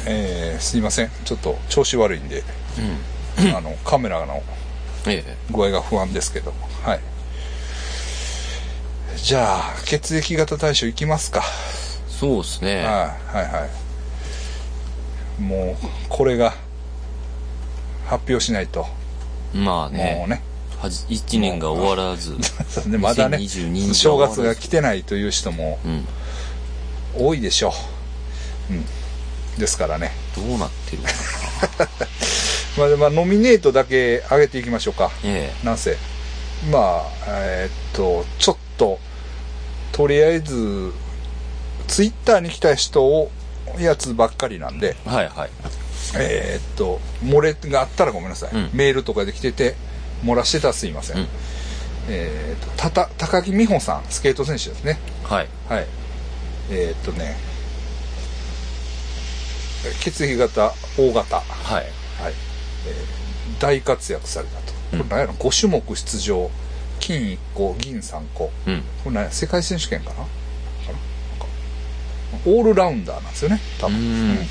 すいません。ちょっと調子悪いんで、カメラの具合が不安ですけど、はい。じゃあ、血液型対象いきますか。 そうですね。 はいはい。もう、これが、発表しないと。 まあね。 もうね。 1年が終わらず。 まだね、正月が来てないという人も、多いでしょう。ですからね。 どうなってるかな。まあ、ノミネートだけ上げていきましょうか。なんせ。まあ、ちょっと、とりあえず、ツイッターに来た人を、やつばっかりなんで。 はいはい。 漏れがあったらごめんなさい。メールとかで来てて、漏らしてたらすいません。高木美帆さん、スケート選手ですね。 はい。 はい。血液型 O 型。 はい。 はい。大活躍されたと。これ何やろ、5種目出場。金1個、銀3個。これ何や、世界選手権かなオールラウンダーなんですよね、多分。はい。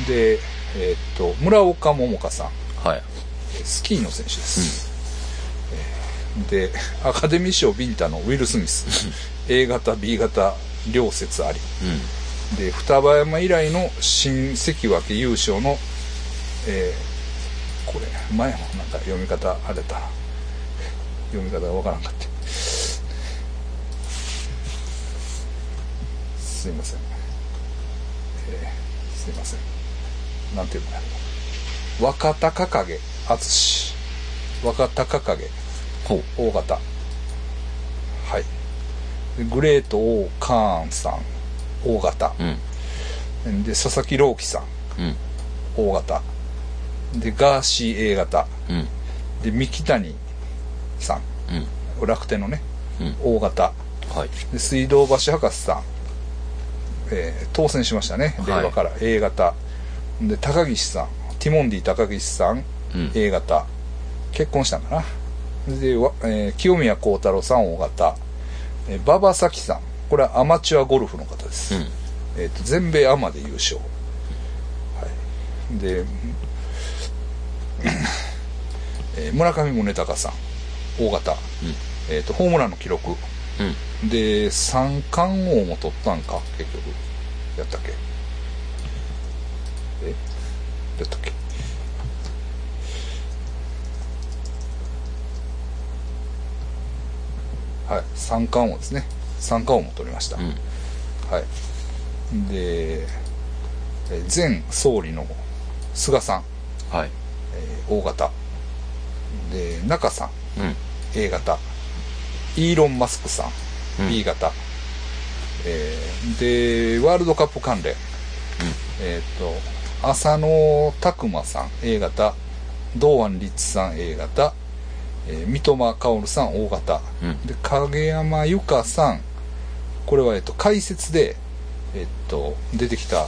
で、村岡桃佳さん。 はい。 スキーの選手です。で、アカデミー賞ビンタのウィル・スミス。A 型、B 型、両説あり。で、双葉山以来の新関脇優勝の、これ、前もなんか読み方あれたな。読み方がわからんかった。すいません。すいません。なんていうのやろ。若隆景淳。若隆景。大型。はい。グレート・オー・カーンさん。大型。で、佐々木朗希さん。大型。で、ガーシー A 型。で、三木谷さん。楽天のね。大型。 はい。 で、水道橋博士さん。当選しましたね。令和から A 型。で、高岸さん。ティモンディ高岸さん。A 型。結婚したんかな。で、清宮幸太郎さん O 型。馬場咲さん。これはアマチュアゴルフの方です。全米アマで優勝。はい。で、村上宗隆さん。大型。ホームランの記録。で、三冠王も取ったんか、結局。やったっけやったっけはい。三冠王ですね。三冠王も取りました。はい。で、前総理の菅さん。 はい。 大型。で、中さん。A 型。イーロン・マスクさん。B 型。で、ワールドカップ関連。浅野拓磨さん A 型。堂安律さん A 型。三笘薫さん O 型。で、影山由佳さん。これは、解説で、出てきた、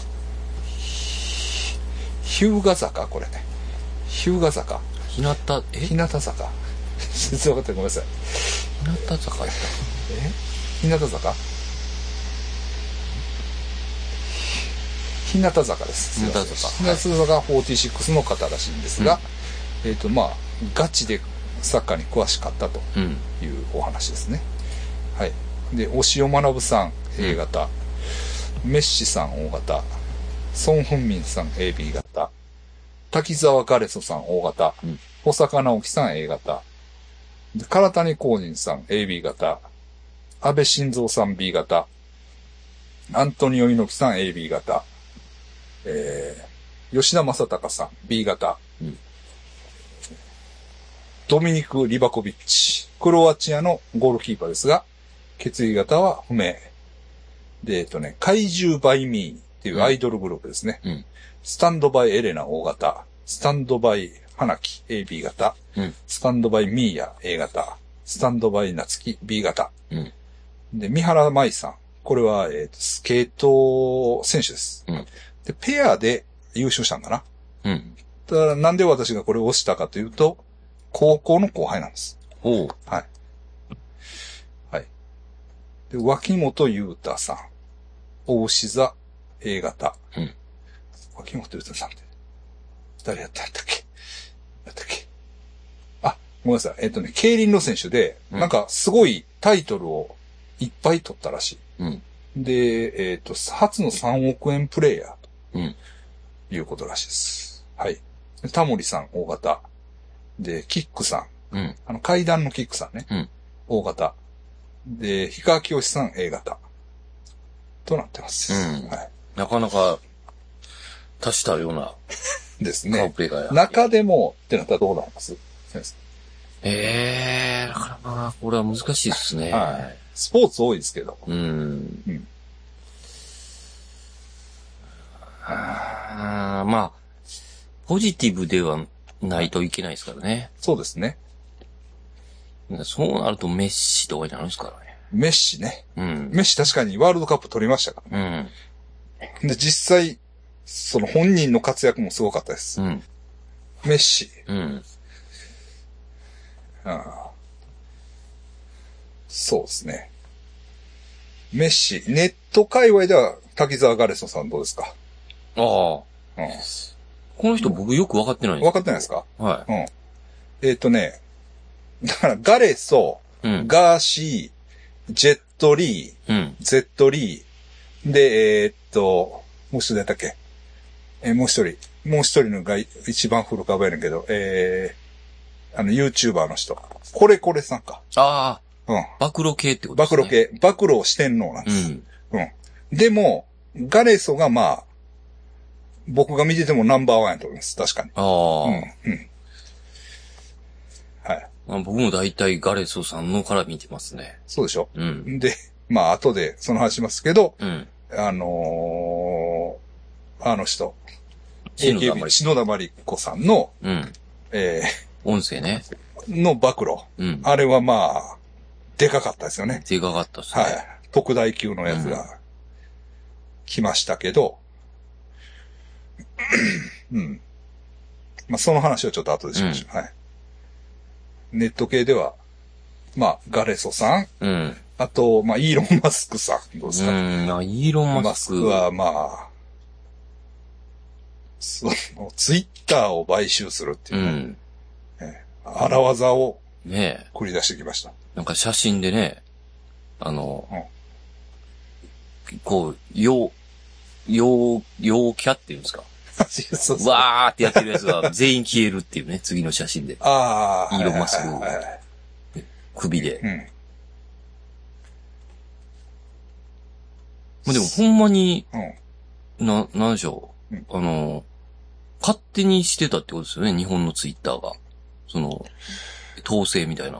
日向坂、これね。日向坂。日向坂。全然分かってごめんなさい。 日向坂やった日向坂日向坂です。 日向坂。 日向坂46の方らしいんですが、まあ、ガチでサッカーに詳しかったというお話ですね。はい。で、押尾学さん A 型、メッシさん O 型、ソン・フンミンさん AB 型、滝沢ガレソさん O 型、保坂直樹さん A 型、で唐谷公人さん AB 型、安倍晋三さん B 型、アントニオ猪木さん AB 型、吉田正尚さん B 型、ドミニク・リバコビッチ、クロアチアのゴールキーパーですが、血液型は不明。で、怪獣バイミーっていうアイドルグループですね。スタンドバイエレナ O 型、スタンドバイ花木 AB 型、スタンドバイミーヤ A 型、スタンドバイ夏希 B 型。で、三原舞さん。これは、スケート選手です。で、ペアで優勝したんかな。だからなんで私がこれを押したかというと、高校の後輩なんです。はい。はい。で、脇本優太さん。大志座 A 型。 うん。 脇本歌さんって、誰やったんだっけあ、ごめんなさい。競輪の選手で、なんかすごいタイトルをいっぱい取ったらしい。 うん。 で、初の3億円プレイヤーうん。 ということらしいです。はい。タモリさん、大型。で、キックさん。 うん。 階段のキックさんね。 うん。 大型。で、氷川きよしさん A 型。となってます。 うん。 はい。 なかなか、多種多様な。 ですね。 顔プレイが中でもってなったらどうなります先生。 なかなか、これは難しいですね。 はい。スポーツ多いですけど。 うん。 うん。 まあ、ポジティブではないといけないですからね。 そうですね。 そうなるとメッシとかになるんですからね。 メッシね。 うん。 メッシ確かにワールドカップ取りましたからね。 うん。 で、実際、その本人の活躍もすごかったです。 うん。 メッシ。 うん。 そうですね。メッシ。ネット界隈では滝沢ガレソさんどうですか？ ああ。 うん。 この人僕よく分かってないんです。 分かってないですか？ はい。 うん。だからガレソ、 うん、 ガーシー、ジェットリー、 うん、 ゼットリー、で、もう一人だったっけ？もう一人のが一番古かばやねんけど、YouTuber の人。これさんか。 ああ。うん。 暴露系ってことですね。 暴露系。暴露四天王なんです。 うん。 うん。でも、ガレソがまあ、僕が見ててもナンバーワンやと思います。確かに。 ああ。 うん。うん。はい。 僕も大体ガレソさんのから見てますね。 そうでしょ？ うん。 で、まあ後でその話しますけど、 うん。 あの人。 篠田まり子さんの、 うん。音声ね。 の暴露。 うん。 あれはまあ、でかかったですよね。 でかかったですね。 はい。特大級のやつが来ましたけど、うん。まあその話をちょっと後でしましょう。はい。ネット系では、まあ、ガレソさん。 うん。 あと、まあ、イーロン・マスクさん。どうですか？ イーロン・マスクは、まあ、その、ツイッターを買収するっていうね。荒技を、ね、繰り出してきました。 なんか写真でね、こう、陽キャっていうんですか？そうそうわーってやってるやつが全員消えるっていうね、次の写真で。 ああ。 イーロン・マスク、首で。うん。でもほんまに、なんでしょう。勝手にしてたってことですよね、日本のツイッターが。統制みたいな。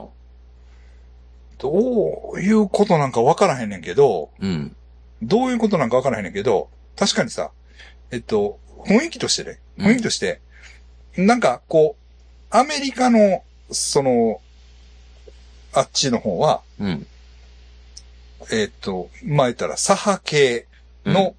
どういうことなんかわからへんねんけど、 うん。 どういうことなんかわからへんねんけど、確かにさ、雰囲気としてね、雰囲気として、なんかこう、アメリカの、あっちの方は、 うん。 まあ言ったら左派系の、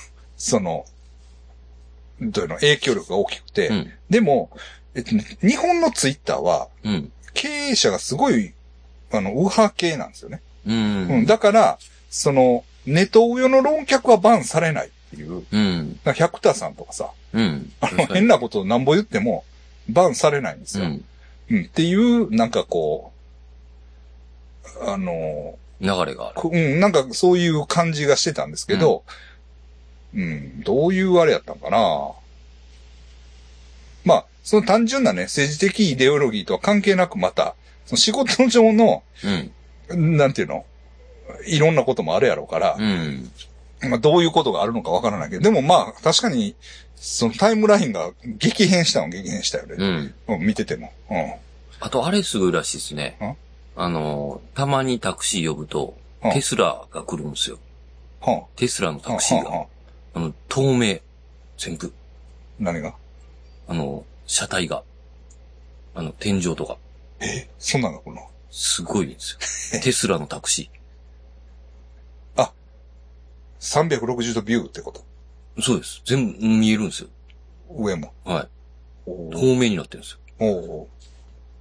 どういうの、影響力が大きくて、でも、日本のツイッターは、経営者がすごい、右派系なんですよね。だから、ネトウヨの論客はバンされないっていう、百田さんとかさ、変なことをなんぼ言っても、バンされないんですよ。っていう、なんかこう、 流れがある。なんかそういう感じがしてたんですけど、どういうあれやったんかな。まあ、その単純なね、政治的イデオロギーとは関係なくまた、その仕事上の、なんていうの、いろんなこともあるやろうから、まあどういうことがあるのかわからないけど、でもまあ確かに、そのタイムラインが激変したよね。見てても。 あとあれすごいらしいですね。たまにタクシー呼ぶと、テスラが来るんですよ。テスラのタクシーが。透明。全部。 何が？ 車体が。天井とか。 そんなのこの。 すごいんですよ。テスラのタクシー。あ、360度ビューってこと？ そうです。全部見えるんですよ。 上も。 はい。透明になってるんですよ。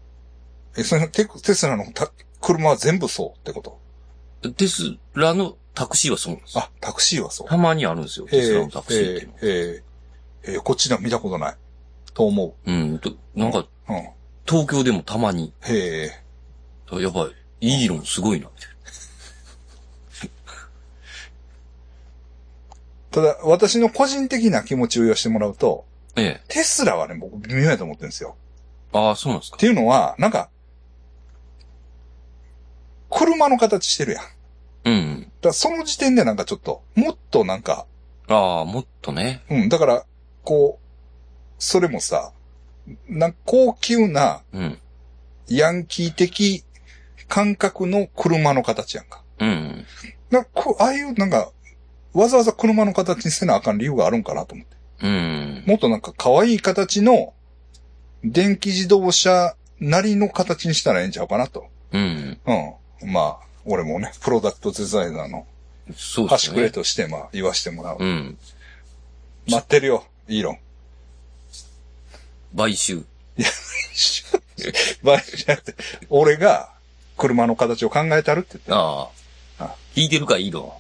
そのテスラの車は全部そうってこと？ テスラのタクシーはそうなんですよ。 あ、タクシーはそう。 たまにあるんですよ、テスラのタクシーっていうの。 こっちでは見たことない。と思う。 なんか、東京でもたまに。やばい。イーロンすごいな、みたいな。 ただ、私の個人的な気持ちを言わせてもらうと、テスラはね、僕微妙やと思ってるんですよ。 ああ、そうなんですか。 っていうのは、なんか、車の形してるやん。だからその時点でなんかちょっと、もっとなんか。 ああ、もっとね。 だから、こう、それもさ、高級な、ヤンキー的感覚の車の形やんか。ああいうなんか、わざわざ車の形にせなあかん理由があるんかなと思って。もっとなんか可愛い形の電気自動車なりの形にしたらええんちゃうかなと。まあ、俺もね、プロダクトデザイナーの端くれとしてまあ言わしてもらう。待ってるよ、イーロン。 買収。 いや、買収じゃなくて、俺が車の形を考えてあるって言って。 ああ。聞いてるか、イーロン。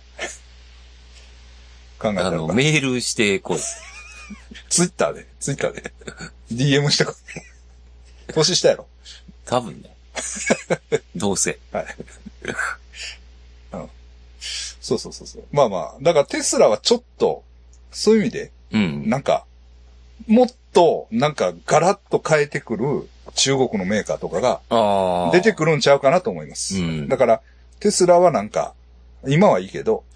考えてあるか。 メールしてこい。 ツイッターで。DM してこい。投資したやろ。 多分ね。どうせ。 はい。そう。まあまあ、だからテスラはちょっと、そういう意味で、なんか、もっと、なんかガラッと変えてくる中国のメーカーとかが出てくるんちゃうかなと思います。だから、テスラはなんか、今はいいけど、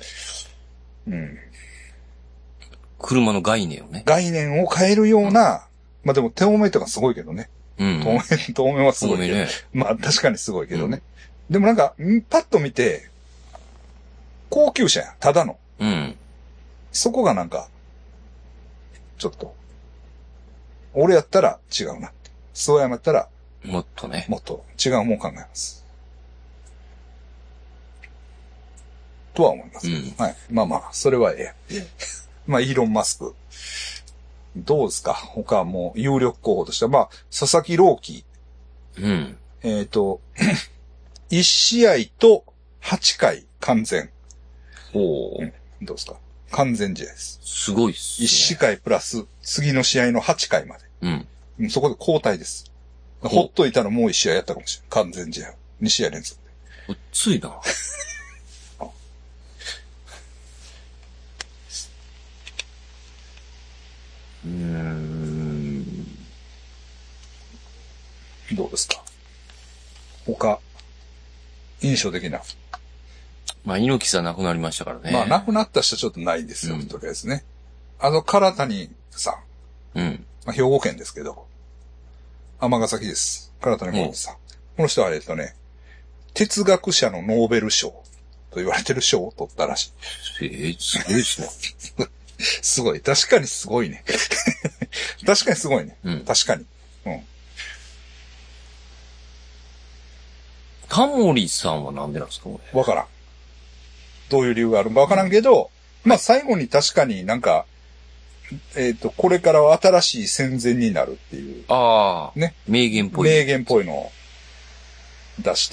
車の概念をね。 概念を変えるような、まあでも、透明とかすごいけどね。透明はすごいけど。まあ確かにすごいけどね。でもなんか、パッと見て、高級車や、ただの。そこがなんか、ちょっと、俺やったら違うな。そうやったら、 もっとね。 もっと違うもん考えます。とは思います。はい。まあまあ、それはええ。まあ、イーロン・マスク。どうですか他も有力候補としては、まあ、佐々木朗希。1試合と8回完全。どうですか完全試合です。 すごいっすね。 1試合プラス、次の試合の8回まで。そこで交代です。ほっといたらもう1試合やったかもしれない。完全試合。2試合連続で。 ついな。 どうですか他、印象的な。 まあ、猪木さん亡くなりましたからね。 まあ、亡くなった人はちょっとないんですよ、とりあえずね。唐谷さん。まあ、兵庫県ですけど。尼崎です。唐谷浩二さん。この人は哲学者のノーベル賞と言われてる賞を取ったらしい。 すごいですね。 すごい。確かにすごいね。確かにすごいね。確かに。 タモリさんはなんでなんですかわからん。どういう理由があるかわからんけど、まあ最後に確かになんか、これからは新しい戦前になるっていう。ね。 名言っぽい。 名言っぽいのを出して、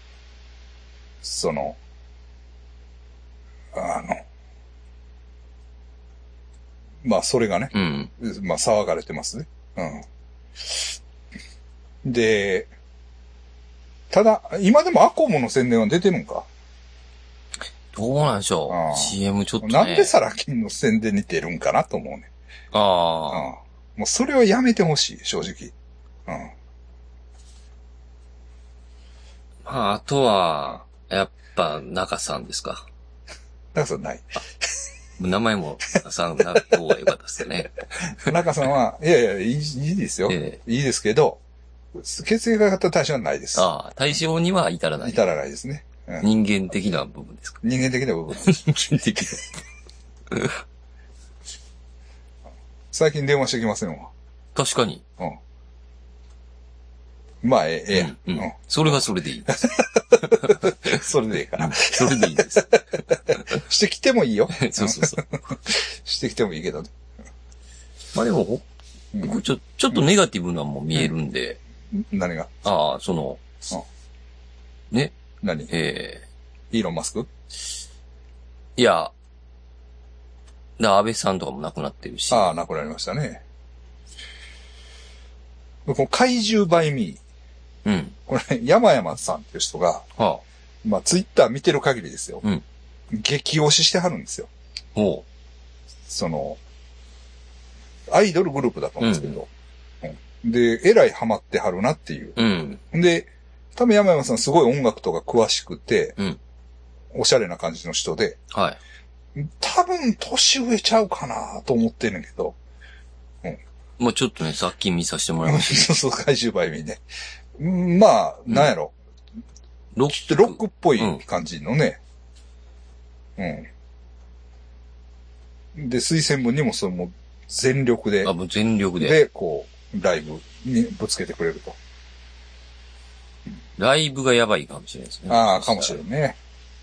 まあそれがね、まあ騒がれてますね。で、ただ、今でもアコモの宣伝は出てるんかどうなんでしょう。CM ちょっとね。 なんでサラ金の宣伝に出るんかなと思うね。もうそれはやめてほしい、正直。 まあ、あとは、やっぱ、中さんですか。 中さんない。 名前も、さんな方が良かったですよね。 中さんは、いいですよ。いいですけど、血液型対象はないです。 対象には至らない。 至らないですね。 人間的な部分ですか。 人間的な部分。 人間的な。 最近電話してきませんわ。 確かに。 まあ、ええ。それはそれでいいです。 それでいいかな。 それでいいです。 してきてもいいよ。 そう。 してきてもいいけどね。 まあでも、ちょっとネガティブなも見えるんで。 何がね。 何イーロン・マスクいや、安倍さんとかも亡くなってるし。 ああ、亡くなりましたね。この怪獣バイミー。 うん。 これ、山々さんっていう人が、 はあ、 まあ、ツイッター見てる限りですよ。 うん。 激推ししてはるんですよ。 おう。 その、アイドルグループだと思うんですけど。うん、で、えらいハマってはるなっていう。 うん。 で、多分山々さんすごい音楽とか詳しくて、 うん。 おしゃれな感じの人で、 はい。 多分年上ちゃうかなと思ってるんだけど。 うん。もうちょっとね、さっき見させてもらいました。 そうそう、怪獣バイミーね。まあ、なんやろ。ロックっぽい感じのね。うん。で、推薦文にもそれも全力で。 もう全力で。 で、こう、ライブにぶつけてくれると。 ライブがやばいかもしれないですね。 ああ、かもしれんね。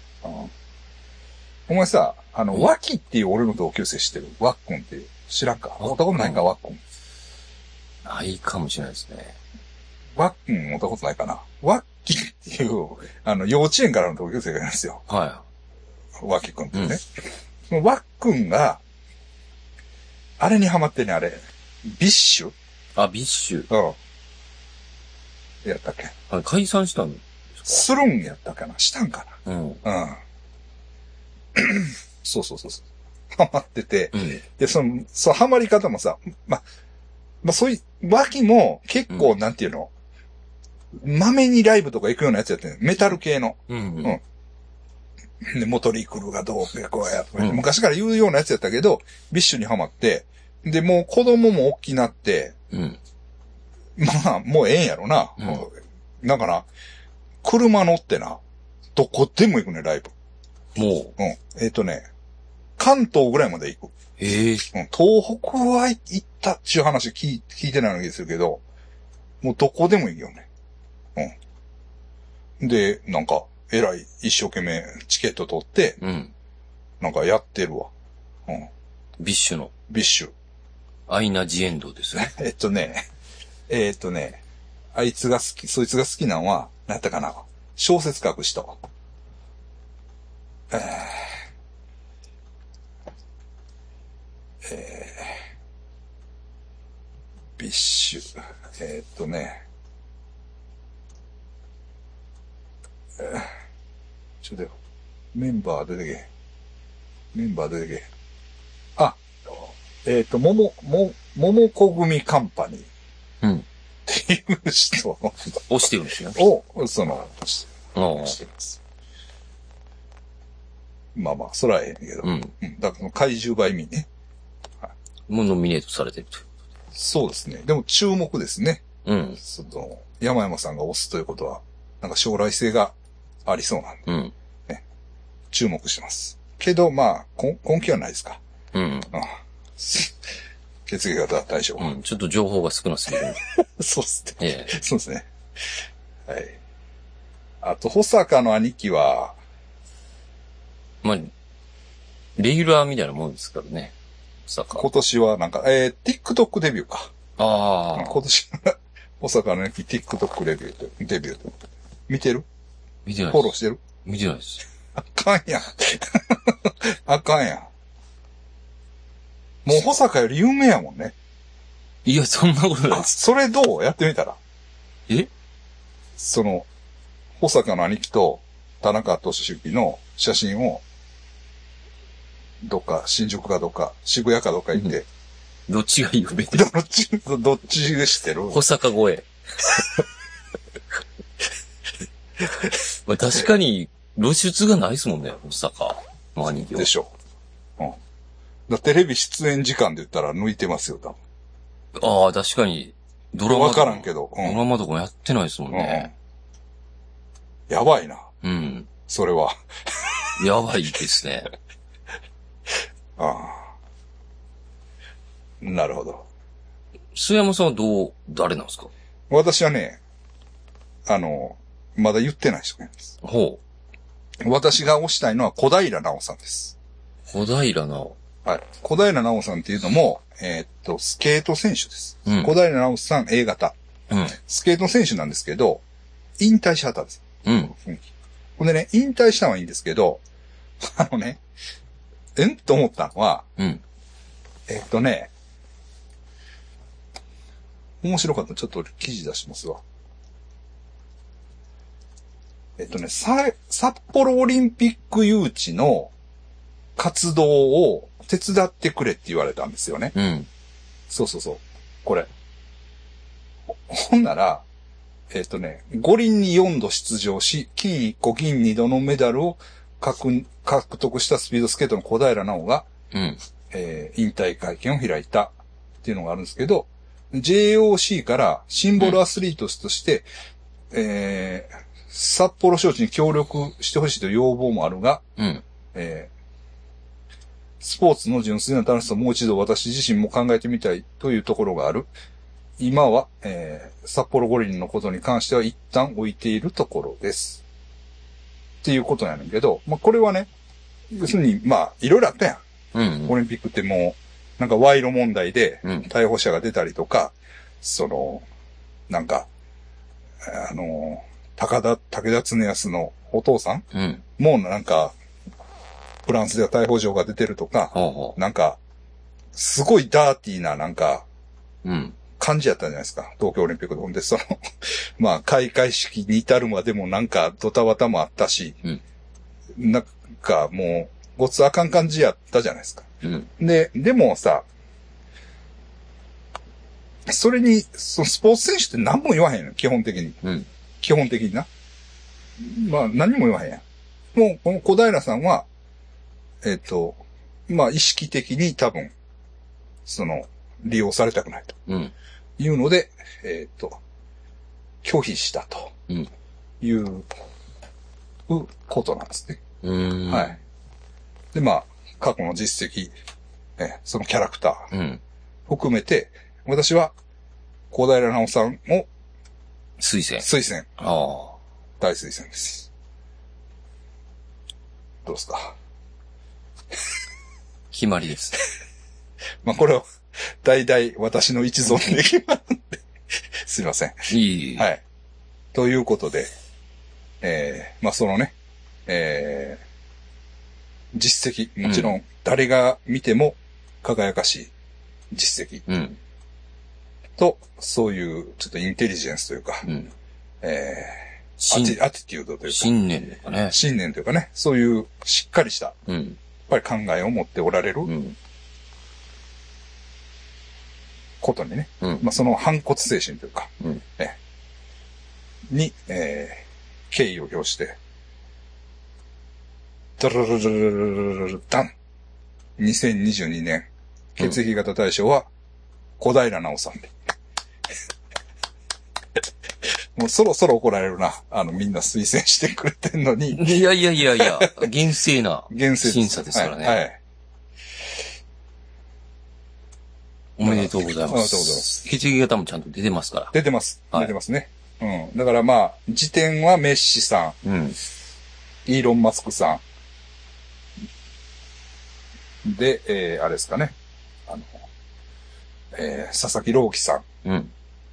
お前さ、ワキっていう俺の同級生知ってる？ワックンっていう。知らんか？会ったことないか、ワックン。 ないかもしれないですね。 ワックン会ったことないかな？ワッキっていう、幼稚園からの同級生がいるんですよ。 はい。 ワキくんってね。そのワックンが、あれにハマってね、あれ。ビッシュ？ ビッシュ。 うん。やったっけ？ 解散したんですか？ するんやったかな？したんかな？うん。そう。ハマってて。うん、で、そのハマり方もさ、まあ、そういう、脇も結構、なんていうの、まめにライブとか行くようなやつやってる。メタル系の。で、モトリークルがどうかこうや、昔から言うようなやつやったけど、ビッシュにハマって、で、もう子供も大きなって、まあ、もうええんやろな。だから、車乗ってな、どこでも行くね、ライブ。 もう。 関東ぐらいまで行く。東北は行ったっちゅう話聞いてないのでするけど、もうどこでも行くよね。で、なんか、えらい一生懸命チケット取って、なんかやってるわ。 ビッシュの。 ビッシュ。 アイナ・ジ・エンドですね。 あいつが好き、そいつが好きなのは、何やったかな。小説書く人。ビッシュ。ちょっと、メンバー出てけ。桃子組カンパニー。っていう人をしてるんですよ。 してます。まあまあ、そらええんけど。だから、怪獣バイミーね。 もうノミネートされてると。 そうですね。でも注目ですね。山々さんが推すということは、なんか将来性がありそうなんで。注目します。けど、まあ、根気はないですか。血液型大丈夫。 ちょっと情報が少なすぎる。 そうですね。そうですね。はい。あと、保坂の兄貴は、 まあ、レギュラーみたいなもんですからね。 今年はなんか、TikTok デビューか。今年、保坂の兄貴 TikTok デビュー。見てる？ 見てないです。 フォローしてる？ 見てないです。 あかんやん。あかんやん。もう保坂より有名やもんね。 いや、そんなことないです。 それどう？やってみたら。保坂の兄貴と田中俊之の写真を、どっか、新宿かどっか、渋谷かどっか行って。 どっちが有名で？ どっちで知ってる？ 保坂超え。まあ、確かに露出がないですもんね、保坂の兄貴は。 でしょ。テレビ出演時間で言ったら抜いてますよ、多分。確かに。ドラマわからんけど。 ドラマとかもやってないですもんね。 やばいな。それは。 やばいですね。 なるほど。 須山さんは誰なんですか？ 私はね、まだ言ってない人がいます。私が推したいのは小平奈緒さんです。 小平奈緒。 はい。小平奈緒さんっていうのも、スケート選手です。小平奈緒さん A 型。スケート選手なんですけど、引退しはったんです。ほんでね、引退したのはいいんですけど、 と思ったのは、 うん。 面白かった。ちょっと記事出しますわ。札幌オリンピック誘致の活動を手伝ってくれって言われたんですよね。 うん。 そう。これ。ほんなら、五輪に4度出場し、金1個、銀2度のメダルを獲得したスピードスケートの小平奈緒が、 うん。 引退会見を開いたっていうのがあるんですけど、JOC からシンボルアスリートとして、札幌招致に協力してほしいという要望もあるが、 うん。 スポーツの純粋な楽しさをもう一度私自身も考えてみたいというところがある。今は、札幌五輪のことに関しては一旦置いているところです。っていうことなんだけど、まあ、これはね、要するに、まあ、いろいろあったやん。 うん。 オリンピックってもう、なんか賄賂問題でうん、 逮捕者が出たりとか、なんか、武田恒康のお父さん、 うん、 もうなんか、フランスでは逮捕状が出てるとか、なんか、すごいダーティーななんか、 うん。 感じやったんじゃないですか。東京オリンピックで。ほんで、まあ、開会式に至るまでもなんかドタバタもあったし、 うん、 なんかもう、ごつあかん感じやったじゃないですか。 うん、 でもさ、それに、スポーツ選手って何も言わへんの、基本的に。 うん、 基本的にな。まあ、何も言わへんやん。もう、この小平さんは、まあ、意識的に多分、利用されたくないと。 うん。 いうので、拒否したと。 うん。 いうことなんですね。 はい。で、まあ、過去の実績、そのキャラクター、含めて、私は、小平奈緒さんを、 推薦。 大推薦です。どうですか？ 決まりです。 まあ、これを、大々私の一存で決まるんで、すいません。 いい。 はい。ということで、まあ、そのね、実績、もちろん誰が見ても輝かしい実績、と、そういうちょっとインテリジェンスというか、アティテュードというか、 信念というかね。 信念というかね、そういうしっかりした、やっぱり考えを持っておられる、ことにね、まあ、その反骨精神というか、に、敬意を表して、ダルルルルルルルダン !2022 年、血液型大賞は、小平奈緒さんで。もうそろそろ怒られるな。みんな推薦してくれてんのに。 いや、厳正な審査ですからね。はい。おめでとうございます。 おめでとうございます。 血液型もちゃんと出てますから。 出てます。出てますね。だからまあ、時点はメッシさん、イーロン・マスクさん、で、あれですかね。佐々木朗希さん。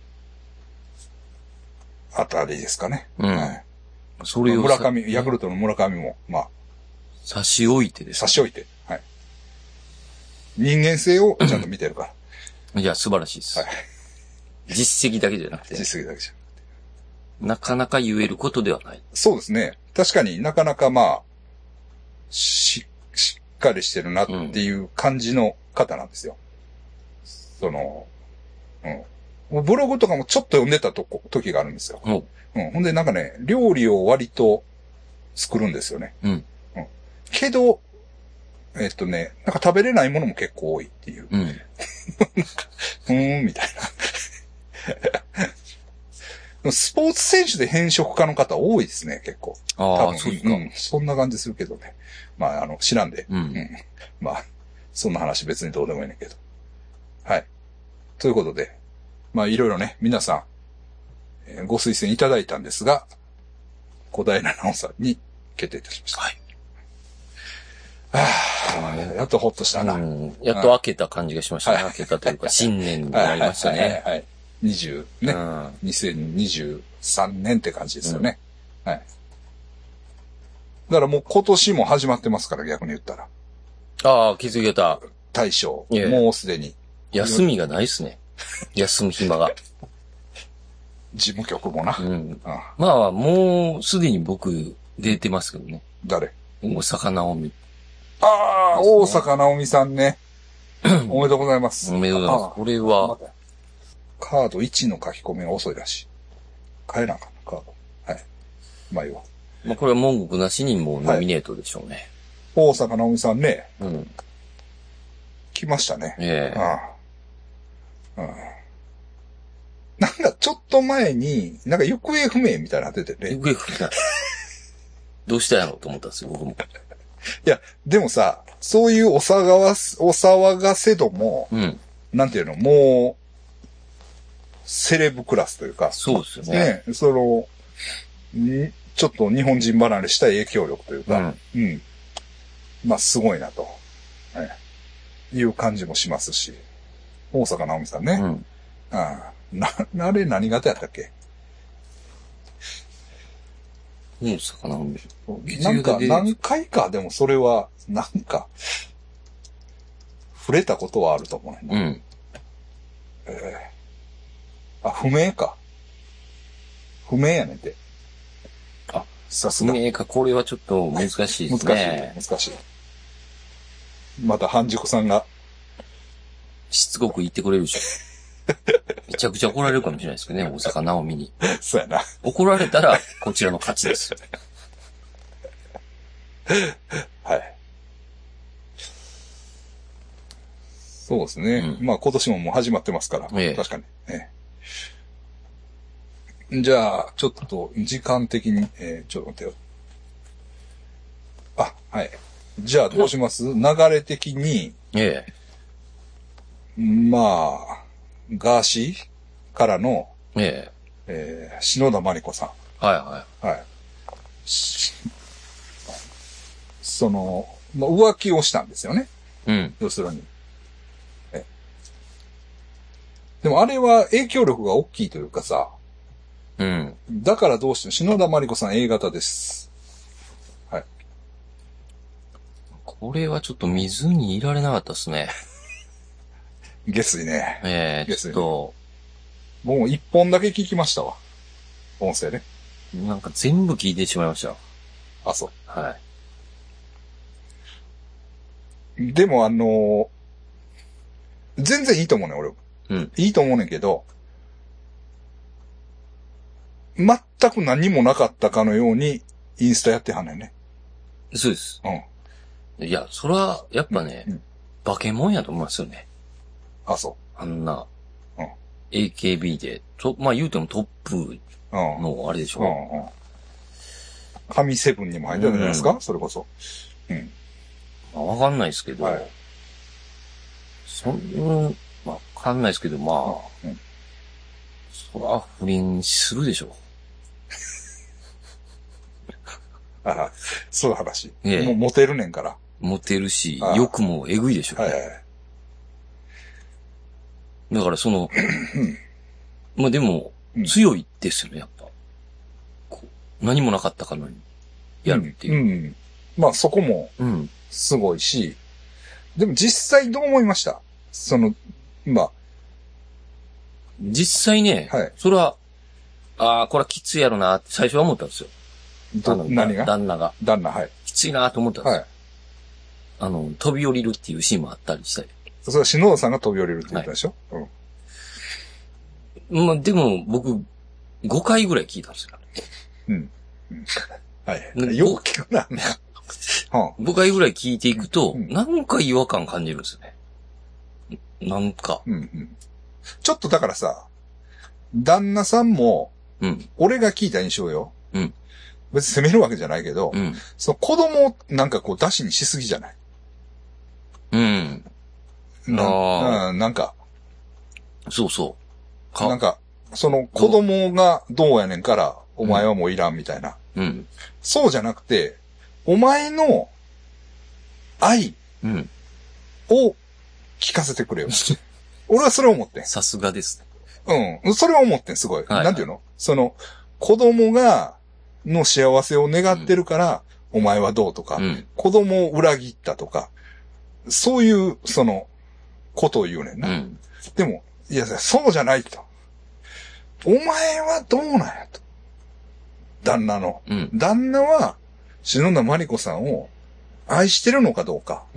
あたりですかね。 それを村上、ヤクルトの村上も、まあ。 差し置いてですね。差し置いて。はい。人間性をちゃんと見てるから。 いや、素晴らしいです。はい。実績だけじゃなくて。 実績だけじゃなくて。 なかなか言えることではない。 そうですね。確かになかなかまあ、しっかりしてるなっていう感じの方なんですよ。ブログとかもちょっと読んでた時があるんですよ。ほんでなんかね、料理を割と作るんですよね。けど、なんか食べれないものも結構多いっていう。みたいな。スポーツ選手で変色家の方多いですね、結構。 ああ、そうですか。 そんな感じするけどね。まあ、知らんで。まあ、そんな話別にどうでもいいねんけど。はい。ということで、まあ、いろいろね、皆さん、ご推薦いただいたんですが、小平奈緒さんに決定いたしました。はい。やっとほっとしたな。 やっと開けた感じがしましたね。開けたというか、新年になりましたね。 はい。2023年って感じですよね。はい。だからもう今年も始まってますから、逆に言ったら。 ああ、血液型。 大将。もうすでに。 休みがないっすね。休む暇が。 事務局もな。 うん。まあ、もうすでに僕出てますけどね。 誰？ 大坂なおみ。 ああ、大坂なおみさんね。おめでとうございます。 おめでとうございます。これは。 カード1の書き込みが遅いらしい。変えなあかんな、カード。はい。まあいいわ。 まあこれは文句なしにもうノミネートでしょうね。 大坂なおみさんね。 うん。 来ましたね。 うん。 なんかちょっと前に、なんか行方不明みたいなの出てね。 行方不明。どうしたやろうと思ったんですよ、僕も。 いや、でもさ、そういうお騒がせ度も、 うん。 なんていうの、もう、セレブクラスというか。 そうですよね。 ね、ちょっと日本人離れした影響力というか、うん。まあ、すごいなと、いう感じもしますし。大坂なおみさんね。 うん。 あれ何型やったっけ？ 大坂なおみ。 なんか、何回か、でもそれは、なんか、触れたことはあると思うね。 うん。 不明か。不明やねんて。さすが。 不明か、これはちょっと難しいですね。 難しい。また半熟さんが。 しつこく言ってくれるでしょ。めちゃくちゃ怒られるかもしれないですけどね、大坂なおみに。 そうやな。 怒られたら、こちらの勝ちです。 はい。そうですね。まあ今年ももう始まってますから。確かに。じゃあ、ちょっと時間的に、ちょっと待ってよ。はい。じゃあどうします？流れ的に。まあ、ガーシーからの、篠田麻里子さん。はい。まあ、浮気をしたんですよね。 うん。 要するに。でもあれは影響力が大きいというかさ。 うん。 だからどうしても篠田麻里子さん A 型です。はい。 これはちょっと見ずにいられなかったですね。 下水ね。 ちょっと。 もう一本だけ聞きましたわ。音声ね。 なんか全部聞いてしまいました。 あ、そう。 はい。 でも全然いいと思うね、俺。 うん。 いいと思うねんけど、全く何もなかったかのようにインスタやってはんねんね。 そうです。いや、それは、やっぱね、化け物やと思いますよね。 あ、そう。 あんな、AKB で、まあ言うてもトップのあれでしょ。 神セブンにも入ってたんじゃないですか、それこそ。 まあ、わかんないですけど、わかんないですけど、まあ、そら不倫するでしょ。 そういう話。もうモテるねんから。 モテるし、欲もえぐいでしょ。だからまあでも、強いですよね、やっぱ。何もなかったかのに、やるっていう。 まあそこも、すごいし、でも実際どう思いました？ 実際ね、それは、これはきついやろなって最初は思ったんですよ。 何が？ 旦那が。きついなと思ったんですよ。飛び降りるっていうシーンもあったりして。 それは篠田さんが飛び降りるって言ったでしょ？ まあでも僕、5回ぐらい聞いたんですよ。 よく聞くな。 5回ぐらい聞いていくと、なんか違和感感じるんですよね。なんか。 ちょっとだからさ、旦那さんも、俺が聞いた印象よ。別に責めるわけじゃないけど、その子供をなんかこう出しにしすぎじゃない？なんか。 そうそう。 なんか、その子供がどうやねんから、お前はもういらんみたいな。そうじゃなくて、お前の愛を聞かせてくれよ。俺はそれを思ってん。 さすがですね。それは思ってん、すごい。なんていうの？子供の幸せを願ってるから、お前はどうとか、子供を裏切ったとか、 そういう、ことを言うねんな。でも、いや、そうじゃないと。お前はどうなんやと。旦那の。旦那は、篠田麻里子さんを愛してるのかどうか。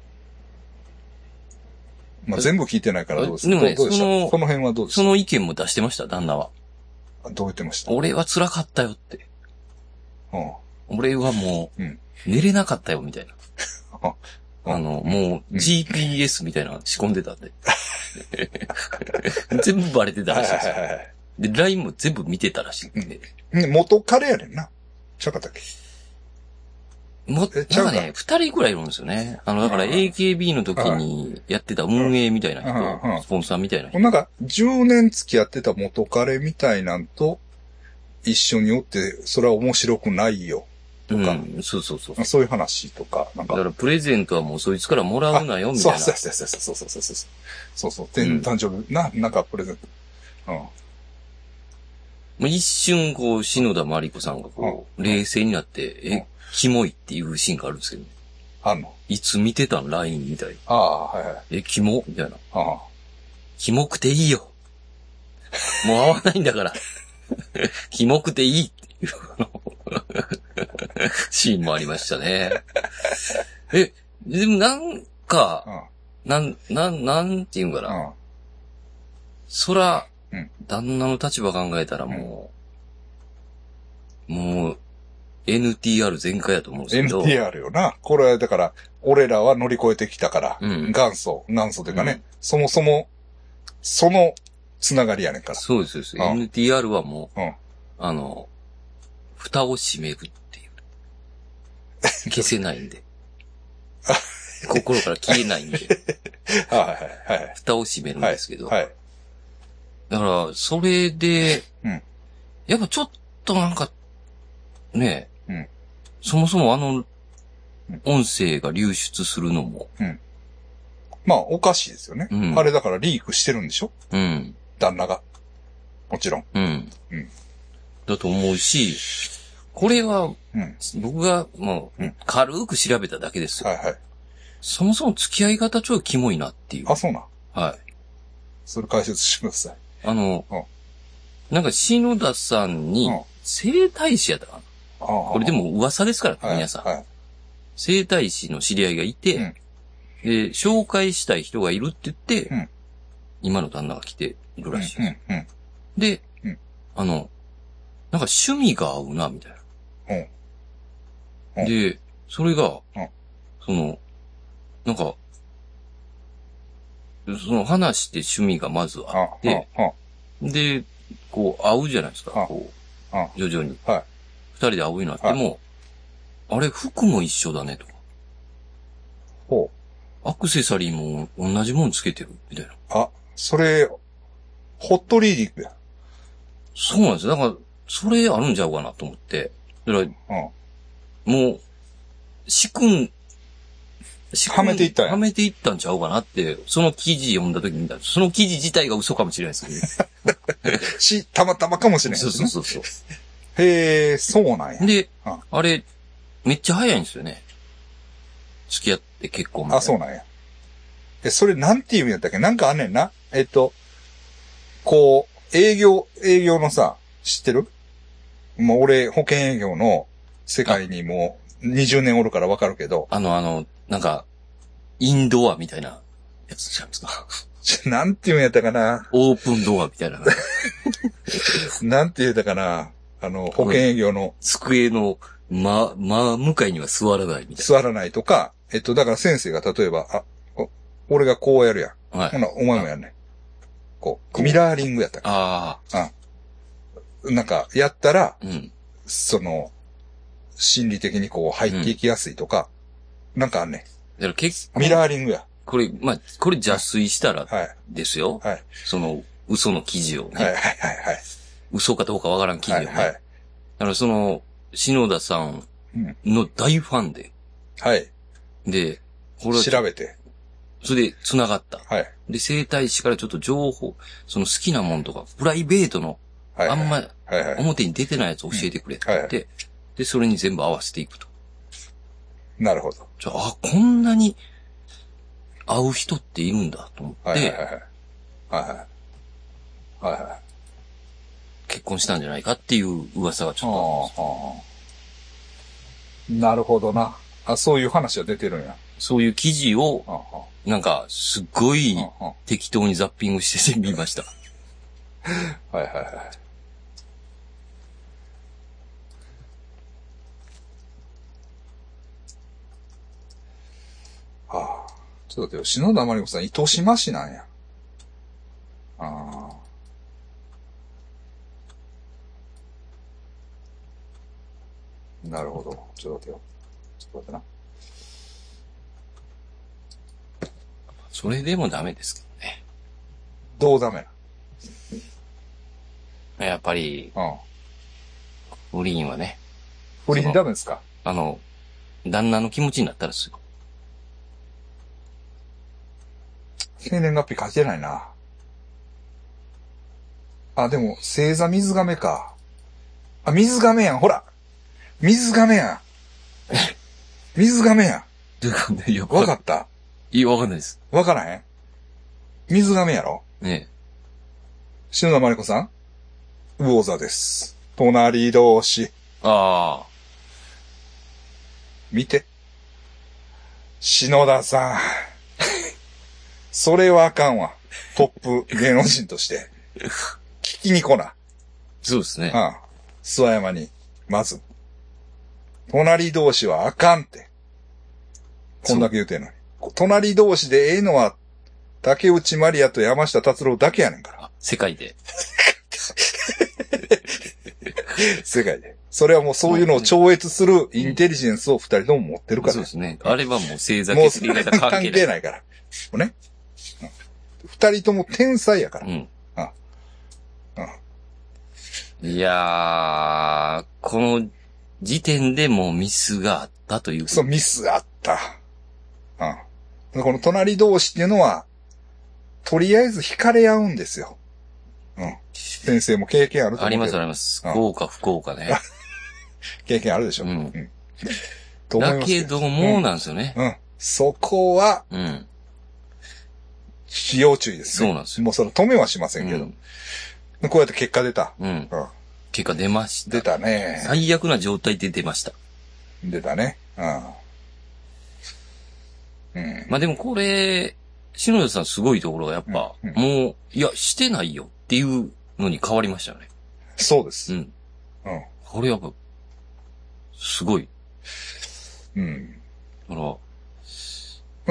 まあ、全部聞いてないからどうですか。でもね、どうでしたその辺はどうですか。 その意見も出してました、旦那は。 どう言ってました。 俺は辛かったよって。俺はもう、寝れなかったよ、みたいな。もう GPS みたいなの仕込んでたんで。全部バレてたらしいですよ。で、LINE も全部見てたらしいんで。 元彼やねんな。ちゃうかったっけなんかね、二人ぐらいいるんですよね。だから AKB の時にやってた運営みたいな人、スポンサーみたいな人。 なんか、10年付き合ってた元彼みたいなんと一緒におって、それは面白くないよ。とか、 そう。 そういう話とか、なんか。 だからプレゼントはもうそいつからもらうなよ、みたいな。 そう。誕生日、なんかプレゼント。 一瞬、篠田麻里子さんが冷静になって、キモいっていうシーンがあるんですけどね。 あんのいつ見てたん ?LINE みたいな。 はい。 キモみたいな。キモくていいよ。もう会わないんだから。キモくていいっていうシーンもありましたね。でもなんか、なんていうんかな。そら、旦那の立場考えたらもう、NTR 全開やと思うんですけど。 NTR よな。これはだから、俺らは乗り越えてきたから、元祖というかね、そもそも、そのつながりやねんから。 そうです。NTR はもう、蓋を閉めるっていう。消せないんで。心から消えないんで。蓋を閉めるんですけど。だから、それで、やっぱちょっとなんか、ねえ、そもそも音声が流出するのも。 まあ、おかしいですよね。あれだからリークしてるんでしょ旦那が。もちろん。 だと思うし、これは、僕がもう、軽く調べただけですよ。そもそも付き合い方超キモいなっていう。 そうなん。 はい。 それ解説してください。 なんか篠田さんに、整体師やったかな。これでも噂ですからね、皆さん。整体師の知り合いがいて、で、紹介したい人がいるって言って、今の旦那が来てるらしいです。で、なんか趣味が合うな、みたいな。で、それが、なんか、話して趣味がまずあって、で、会うじゃないですか、徐々に。二人で会うようになっても、あれ、服も一緒だね、とか。アクセサリーも同じもんつけてる、みたいな。 それ、ホットリーディングや。 そうなんですよ。だから、それあるんちゃうかなと思って。だから、もう、 はめていったんや。 はめていったんちゃうかなって、その記事読んだ時に見た。その記事自体が嘘かもしれないですけど。 たまたまかもしれないですね。そう。 へえ、そうなんや。 で、あれ、めっちゃ早いんですよね。付き合って結婚まで。 そうなんや。それなんていう意味だったっけなんかあんねんな。営業のさ、知ってる？もう俺、保険営業の世界にもう20年おるからわかるけど。 なんか、インドアみたいなやつちゃうんですか。 なんていうんやったかな。 オープンドアみたいな。 なんて言うたかな。保険営業の。 机の、向かいには座らないみたいな。 座らないとか、だから先生が例えば、俺がこうやるやん。ほな、お前もやんねん。ミラーリングやったか。なんか、やったら、心理的に入っていきやすいとか、なんかあんねん。 だからミラーリングや。 これ邪推したら、ですよ。嘘の記事をね。嘘かどうかわからん記事をね。だから篠田さんの大ファンで。で、これ調べて。 それで繋がった。で、整体師からちょっと情報、好きなもんとか、プライベートの、あんま、表に出てないやつ教えてくれって言って、で、それに全部合わせていくと。 なるほど。 こんなに、 会う人っているんだと思って、はいはいはい。はいはい。はいはい。結婚したんじゃないかっていう噂がちょっとあるんです。なるほどな。そういう話が出てるんや。 そういう記事を、なんか、すっごい適当にザッピングしてみました。 はいはいはい。はあ。ちょっと待ってよ。篠田麻里子さん、糸島市なんや。ああ。なるほど。ちょっと待ってよ。ちょっと待ってな。 それでもダメですけどね。 どうダメなやっぱり、不倫はね。 不倫ダメですか？ 旦那の気持ちになったらですよ。 生年月日書いてないな。でも、星座水亀か。水亀やん、ほら。水亀やん。水亀やん。わかった？ いや、わかんないです。 わからへん？水亀やろ？ ねえ。 篠田麻里子さん？魚座です。隣同士。 ああ。 見て。篠田さん。それはあかんわ。トップ芸能人として。聞きに来な。 そうですね。 諏訪山に、まず。隣同士はあかんって。こんだけ言うてんのに。隣同士でええのは、竹内まりやと山下達郎だけやねんから。 世界で。 世界で。それはもうそういうのを超越するインテリジェンスを二人とも持ってるから。 そうですね。あれはもう星座決定型関係ないから。もうね。二人とも天才やから。 いやー、この時点でもうミスがあったという。 そう、ミスがあった。この隣同士っていうのは、とりあえず惹かれ合うんですよ。先生も経験あると思うけど。 ありますあります。幸か不幸かね。 経験あるでしょ。 と思いますだけども、なんですよね。 そこは、要注意ですね。 そうなんですよ。 もうそれ止めはしませんけど。こうやって結果出た。 結果出ました。 出たね。 最悪な状態で出ました。 出たね。 まあでもこれ、篠田さんすごいところがやっぱ、もう、いや、してないよっていうのに変わりましたよね。 そうです。 これやっぱ、すごい。だから、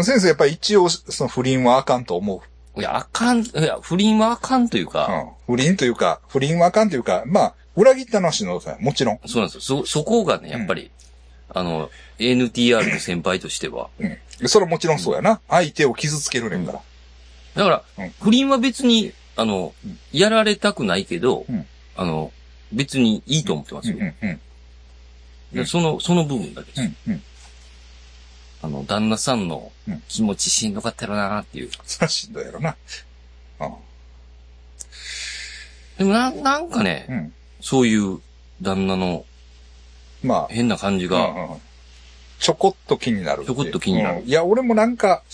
先生やっぱり一応、その不倫はあかんと思う。 いや、不倫はあかんというか。 不倫はあかんというか、まあ、裏切ったのは篠田さん、もちろん。 そうなんですよ。そこがね、やっぱり、NTR の先輩としては。 それはもちろんそうやな。相手を傷つけるねんから。 だから、不倫は別に、やられたくないけど、別にいいと思ってますよ。その部分だけです。旦那さんの気持ちしんどかったやろなっていう。 それはしんどいやろな。 でもなんかね、そういう旦那の、変な感じが、 ちょこっと気になる。 ちょこっと気になる。 いや、俺もなんか、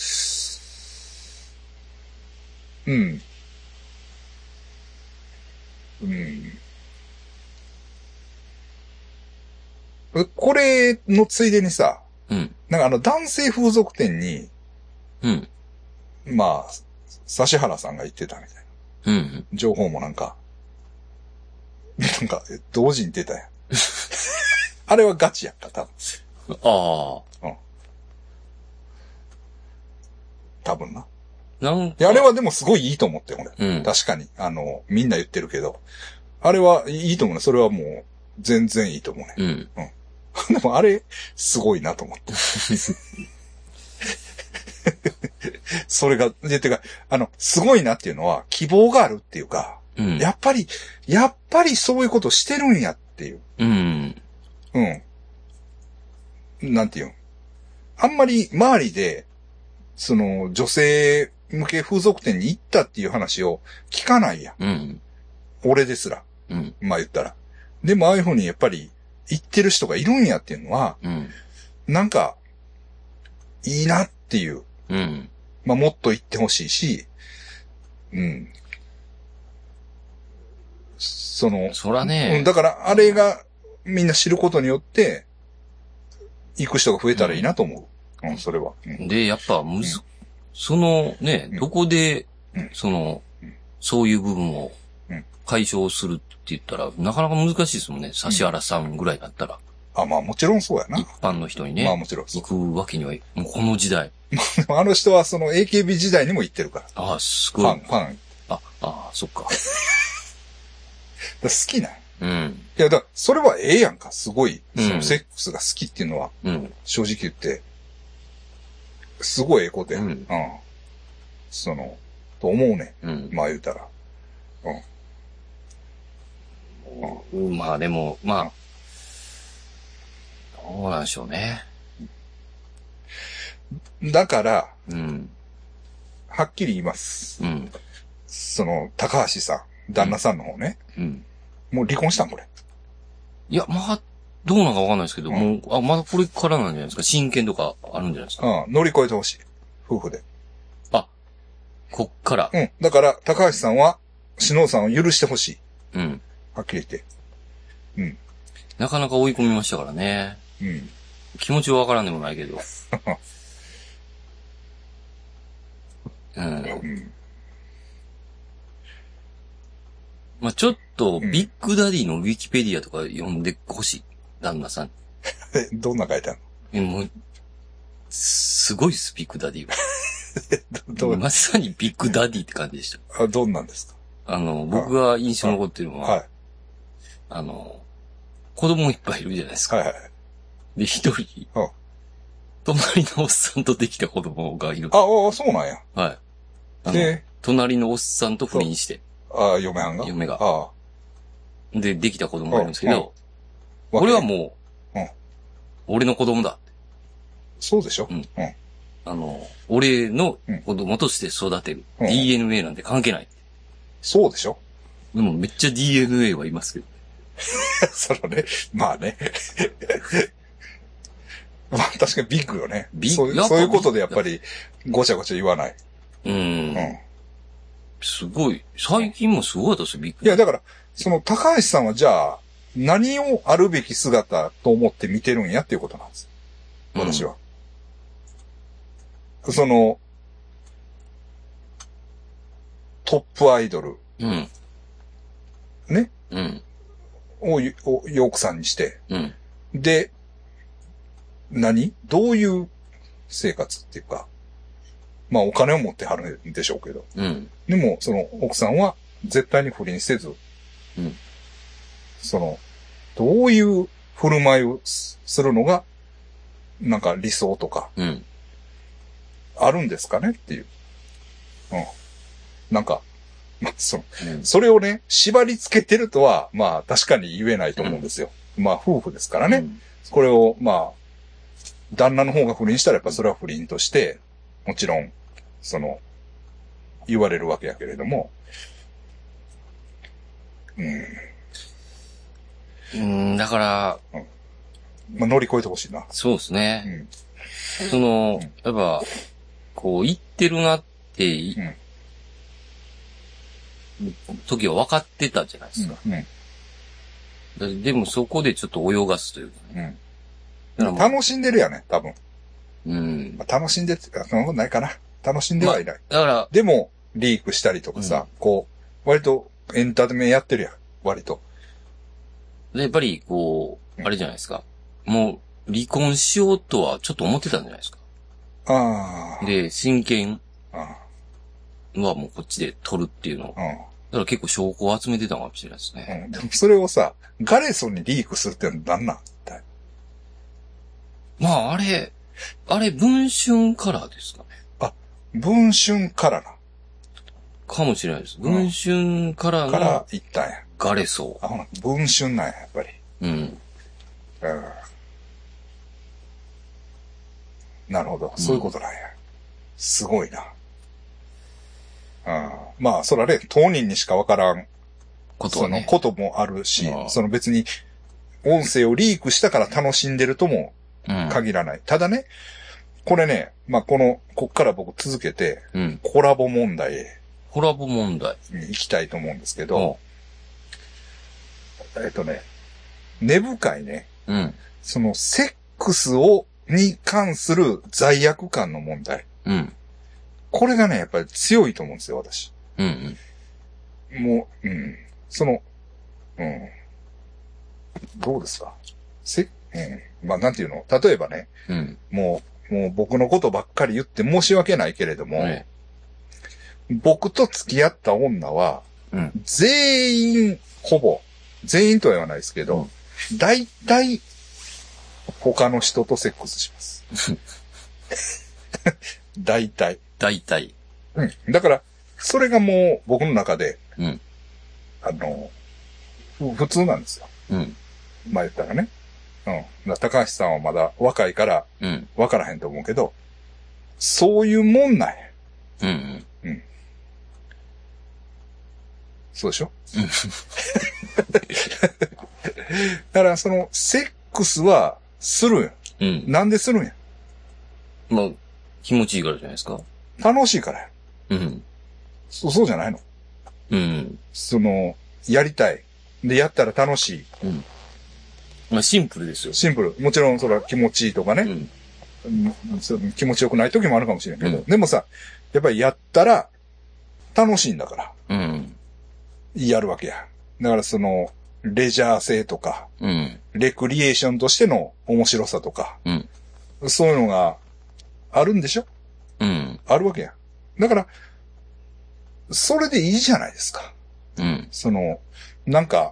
これのついでにさ、なんか男性風俗店に、まあ、指原さんが言ってたみたいな。情報もなんか、同時に出たやん。あれはガチやんか、多分。多分な。いや、あれはでもすごいいいと思って、俺。確かに。みんな言ってるけど。あれはいいと思うね。それはもう、全然いいと思うね。でもあれ、すごいなと思って。それが、てか、すごいなっていうのは、希望があるっていうか、やっぱりそういうことしてるんやっていう。なんていうの。あんまり周りで、女性向け風俗店に行ったっていう話を聞かないやん。俺ですら。まあ言ったら。でもああいうふうにやっぱり行ってる人がいるんやっていうのは、なんか、いいなっていう。 まあ、もっと言ってほしいし、うん。そらね。 だから、あれがみんな知ることによって、行く人が増えたらいいなと思う。うん、それは。 うん、で、やっぱそのね、どこで、そういう部分を解消するって言ったら、なかなか難しいですもんね。指原さんぐらいだったら。 あ、まあもちろんそうやな。 一般の人にね。 まあもちろん行くわけには、もうこの時代。 あの人はその AKB 時代にも行ってるから。 ああ、すごい。 ファン。 そっか。 好きなん。 うん。 いや、それはええやんか。すごい。そのセックスが好きっていうのは、正直言って、すごいええことや。うん。と思うね。まあ言うたら。 まあでも、どうなんでしょうね。 だから、はっきり言います。高橋さん、旦那さんの方ね。もう離婚したんこれ。 いや、どうなのかわかんないですけど、まだこれからなんじゃないですか。親権とかあるんじゃないですか。 乗り越えてほしい。夫婦で。 こっから。 だから、高橋さんは、篠さんを許してほしい。はっきり言って。 なかなか追い込みましたからね。気持ちはわからんでもないけど。まあちょっと、ビッグダディのウィキペディアとか読んでほしい。旦那さん。 どんな書いてあるの？ もう、すごいです、ビッグダディは。まさにビッグダディって感じでした。 どんなんですか？ 僕が印象に残ってるのは、子供いっぱいいるじゃないですか。で、一人、隣のおっさんとできた子供がいる。 そうなんや。 はい。隣のおっさんと不倫して。 嫁はんが？ 嫁が。で、できた子供がいるんですけど、俺はもう、俺の子供だ。 そうでしょ？ 俺の子供として育てる。DNA なんて関係ない。 そうでしょ？ でもめっちゃ DNA はいますけど。 まあね。まあ確かにビッグよね。そういうことでやっぱりごちゃごちゃ言わない。 すごい。最近もすごいですよ、ビッグ。 いや、だから、高橋さんはじゃあ、何をあるべき姿と思って見てるんやっていうことなんです。私は。トップアイドル。ね。をヨークさんにして。で、どういう生活っていうか、まあお金を持ってはるんでしょうけど。でも、奥さんは絶対に不倫せず、どういう振る舞いをするのが、なんか理想とか、あるんですかねっていう。なんか、それをね、縛り付けてるとは、まあ確かに言えないと思うんですよ。まあ夫婦ですからね。これを、まあ、旦那の方が不倫したらやっぱそれは不倫として、もちろん、言われるわけやけれども。 だから、 まあ乗り越えてほしいな。 そうですね。やっぱ、こう、言ってるなって、時は分かってたじゃないですか。でもそこでちょっと泳がすというかね。 楽しんでるやね、多分。 まあ、楽しんでそんなことないかな。楽しんではいない。 だから。 でも、リークしたりとかさ、割とエンターテイメントやってるやん。割と。 やっぱり、あれじゃないですか。もう、離婚しようとはちょっと思ってたんじゃないですか。で、親権はもうこっちで取るっていうのを。だから結構証拠を集めてたのかもしれないですね。 でもそれをさ、ガレソンにリークするってのは何なんだい？ まあ、あれ、文春カラーですかね。 文春カラーな。 かもしれないです。文春カラーから行ったんや。 ガレソー。文春なんや、やっぱり。なるほど。そういうことなんや。すごいな。まあ、そらね、当人にしかわからんことはね。 こともあるし、別に、音声をリークしたから楽しんでるとも限らない。ただね、 これね、まあ、こっから僕続けて、 うん。 コラボ問題コラボ問題に行きたいと思うんですけど、根深いね、 うん。 そのセックスに関する罪悪感の問題。 うん。 これがね、やっぱり強いと思うんですよ、私。 うんうん。 もう、うん。うん。どうですかまあ、なんていうの例えばね、 うん。 もう僕のことばっかり言って申し訳ないけれども、 ね、 僕と付き合った女は、 うん。 全員とは言わないですけど、大体、他の人とセックスします。大体。うん。だから、それがもう僕の中で、 うん。 普通なんですよ。 うん。 まあ言ったらね。うん。高橋さんはまだ若いから、わからへんと思うけど、そういうもんなんや。 うん。 うん。そうでしょだからセックスはするんや。 うん。 なんでするんや。 まあ、気持ちいいからじゃないですか。 楽しいからや。 うん。 そうじゃないの。 うん。 やりたい。で、やったら楽しい。 うん。まあ、シンプルですよ。 シンプル。もちろん、それは気持ちいいとかね。うん。気持ちよくない時もあるかもしれんけど。でもさ、やっぱりやったら、楽しいんだから。 うん。 やるわけや。だからレジャー性とか、 うん。 レクリエーションとしての面白さとか、 うん。 そういうのがあるんでしょ？ うん。 あるわけや。だから、それでいいじゃないですか。 うん。 なんか、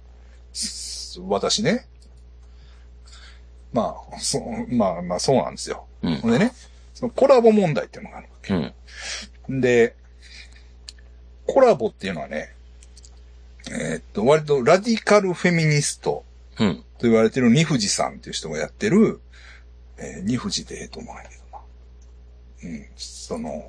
私ね、まあ、そうなんですよ。 うん。 でね、コラボ問題っていうのがあるわけ。 うん。 で、コラボっていうのはね、割とラディカルフェミニストと言われてる二藤さんっていう人がやってる、二藤でと思うんやけどな。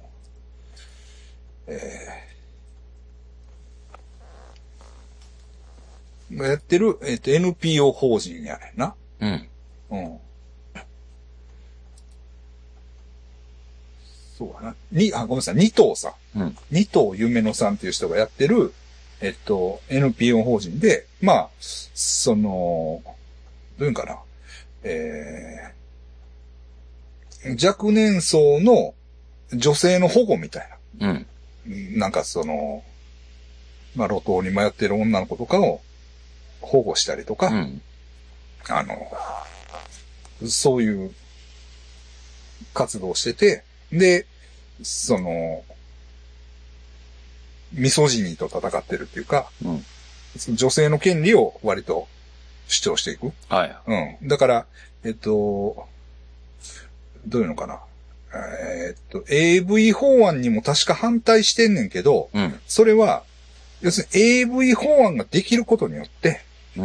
やってる、NPO 法人やねんな。 うん。 うん。そうかな。ごめんなさい、二藤さん。 うん。 二藤夢野さんっていう人がやってる、NPO 法人で、まあ、どういうんかな。若年層の女性の保護みたいな。うん。 なんかまあ、路頭に迷ってる女の子とかを保護したりとか、 うん、 そういう活動をしてて、で、ミソジニーと戦ってるっていうか、 うん、 女性の権利を割と主張していく。 はい。 うん。だから、どういうのかな。AV 法案にも確か反対してんねんけど、 うん、 それは、要するに AV 法案ができることによって、 うん、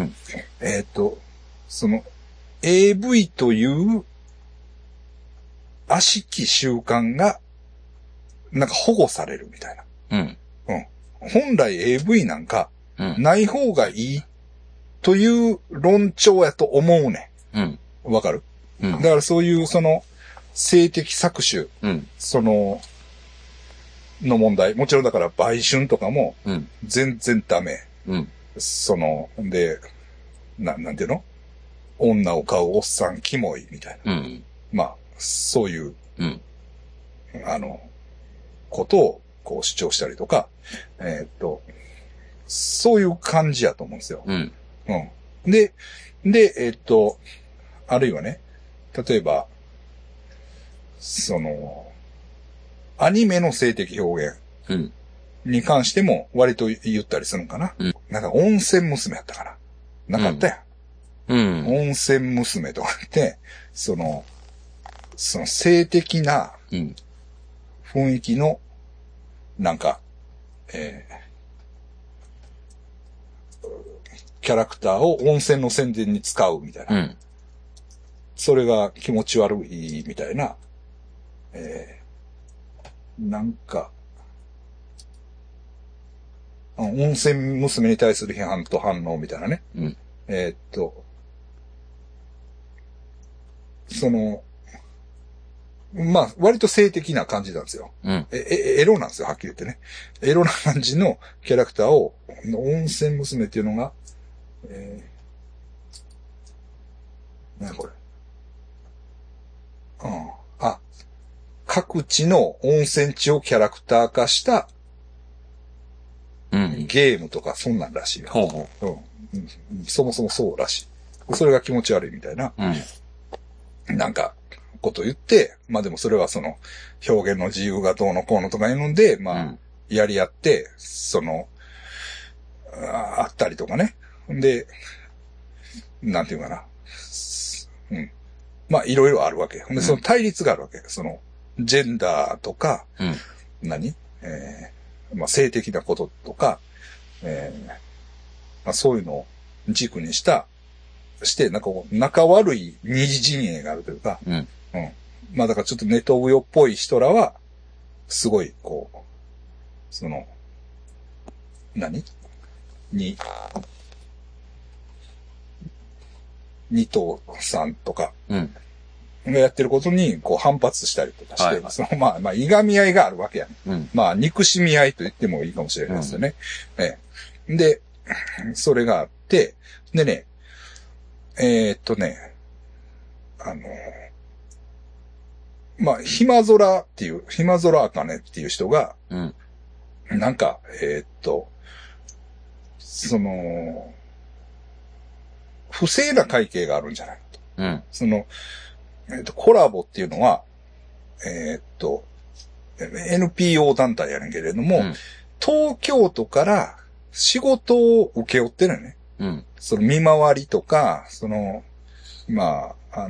AV という悪しき習慣が、なんか保護されるみたいな。 うん。 うん。本来 AV なんか、ない方がいいという論調やと思うねん。 うん。 わかる？ うん。 だからそういう性的搾取、 うん。 の問題。もちろんだから売春とかも、全然ダメ。 うん。 で、なんていうの？女を買うおっさんキモいみたいな。 うん。 まあ、そういう、 うん。 ことをこう主張したりとか、そういう感じやと思うんですよ。 うん。 うん。で、あるいはね、例えば、アニメの性的表現に関しても割と言ったりするのかな。 うん。 なんか温泉娘やったかな。なかったやん。 うん。 温泉娘とかって、性的な雰囲気の、なんか、キャラクターを温泉の宣伝に使うみたいな。うん、それが気持ち悪いみたいな、なんか、温泉娘に対する批判と反応みたいなね。うん、 まあ、割と性的な感じなんですよ。 うん。 エロなんですよ、はっきり言ってね。エロな感じのキャラクターを、温泉娘っていうのが、何これ。うん。あ、各地の温泉地をキャラクター化した、 うん。 ゲームとかそんなんらしいよ。 ほうほう。うん。そもそもそうらしい。それが気持ち悪いみたいな。 うん。 なんか、こと言って、まあでもそれはその、表現の自由がどうのこうのとかいうので、まあ、やり合って、あったりとかね。で、なんていうかな。うん。まあ、いろいろあるわけ。で、その対立があるわけ。その、ジェンダーとか、何まあ、性的なこととか、まあ、そういうのを軸にして、なんかこう、仲悪い二次陣営があるというか、まあ、だからちょっとネトウヨっぽい人らは、すごい、こう、その、二頭さんとか、がやってることに、こう反発したりとかして、そのまあ、いがみ合いがあるわけやね。まあ、憎しみ合いと言ってもいいかもしれないですよね。で、それがあって、でね、まあ、暇空あかねっていう人が、なんか、その、不正な会計があるんじゃないかと。その、コラボっていうのは、NPO 団体やねんけれども、東京都から仕事を請け負ってるよね。その見回りとか、その、まあ、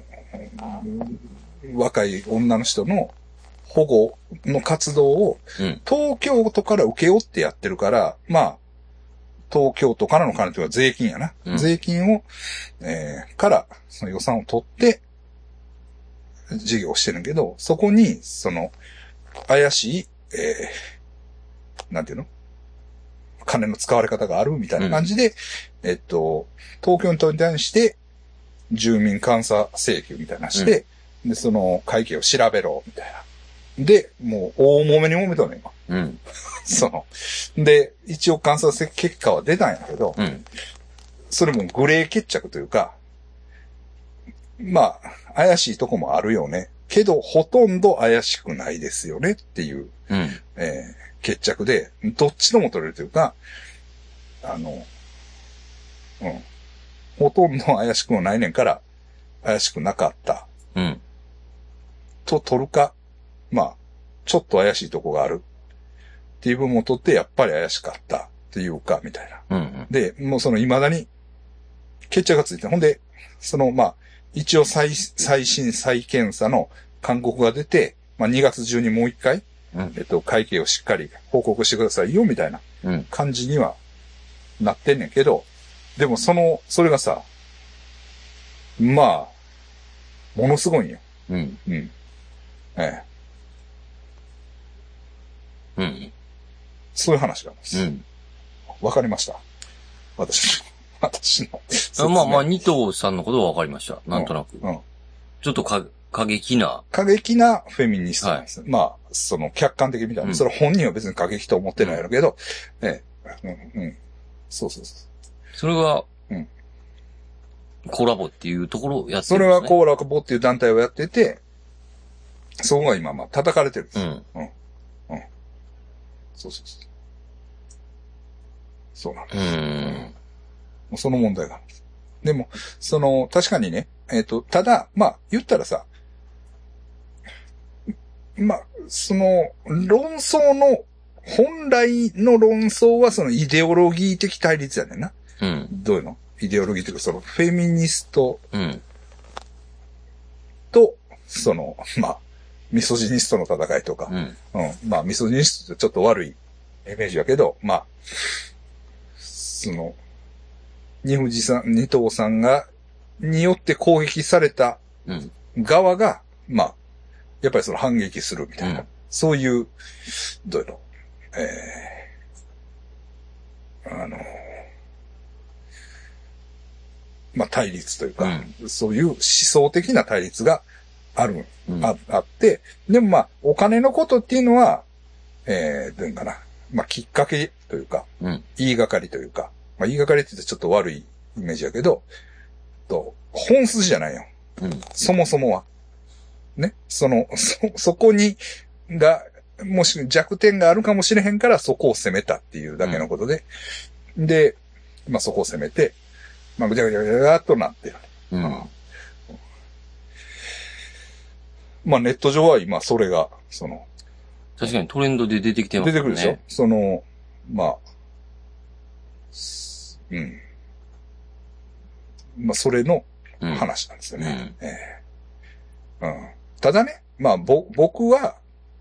若い女の人の保護の活動を、東京都から請け負ってやってるから、まあ、東京都からの金というのは税金やな。税金を、からその予算を取って、事業をしてるんけど、そこに、その、怪しい、なんていうの金の使われ方があるみたいな感じで、東京都に対して、住民監査請求みたいなして、で、その会計を調べろ、みたいな。で、もう、大揉めに揉めたの、今。で、一応監査結果は出たんやけど、それもグレー決着というか、まあ、怪しいとこもあるよね。けど、ほとんど怪しくないですよねっていう、決着で、どっちとも取れるというか、ほとんど怪しくもないねんから、怪しくなかった。と取るか、まあ、ちょっと怪しいとこがある。っていう部分を取って、やっぱり怪しかった。っていうか、みたいな。で、もうその未だに、決着がついて、ほんで、その、まあ、一応再審再検査の勧告が出て、まあ2月中にもう一回、会計をしっかり報告してくださいよ、みたいな感じにはなってんねんけど、でもそれがさ、まあ、ものすごいんよ。そういう話があります。わかりました。私の。まあ、二頭さんのことはわかりました。なんとなく。ちょっと過激なフェミニストなんです。まあ、その客観的みたいな。それ本人は別に過激と思ってないやろうけど、そう。 それが、コラボっていうところをやってるんですね。 それはコラボっていう団体をやってて、そこが今、まあ、叩かれてるんです。そう。そうなんです。その問題があるんです。でも、確かにね、ただ、まあ、言ったらさ、まあ、論争の、本来の論争はそのイデオロギー的対立やねんな。どういうのイデオロギーというか、フェミニストと、まあ、ミソジニストの戦いとか、まあ、ミソジニストってちょっと悪いイメージやけど、まあ、二頭さんによって攻撃された側が、まあ、やっぱり反撃するみたいな、そういう、どういうの、まあ、対立というか、そういう思想的な対立があって、でもまあ、お金のことっていうのは、どういうのかな。まあ、きっかけというか、言いがかりというか、まあ、言いがかりって言ってちょっと悪いイメージだけど、本筋じゃないよ。そもそもは。ね。そこもし弱点があるかもしれへんからそこを攻めたっていうだけのことで、で、まあそこを攻めて、まあぐちゃぐちゃぐちゃぐちゃっとなってる。まあネット上は今それが、 確かにトレンドで出てきてますね。 出てくるでしょまあ、まあそれの話なんですよね。ただね、まあ僕は、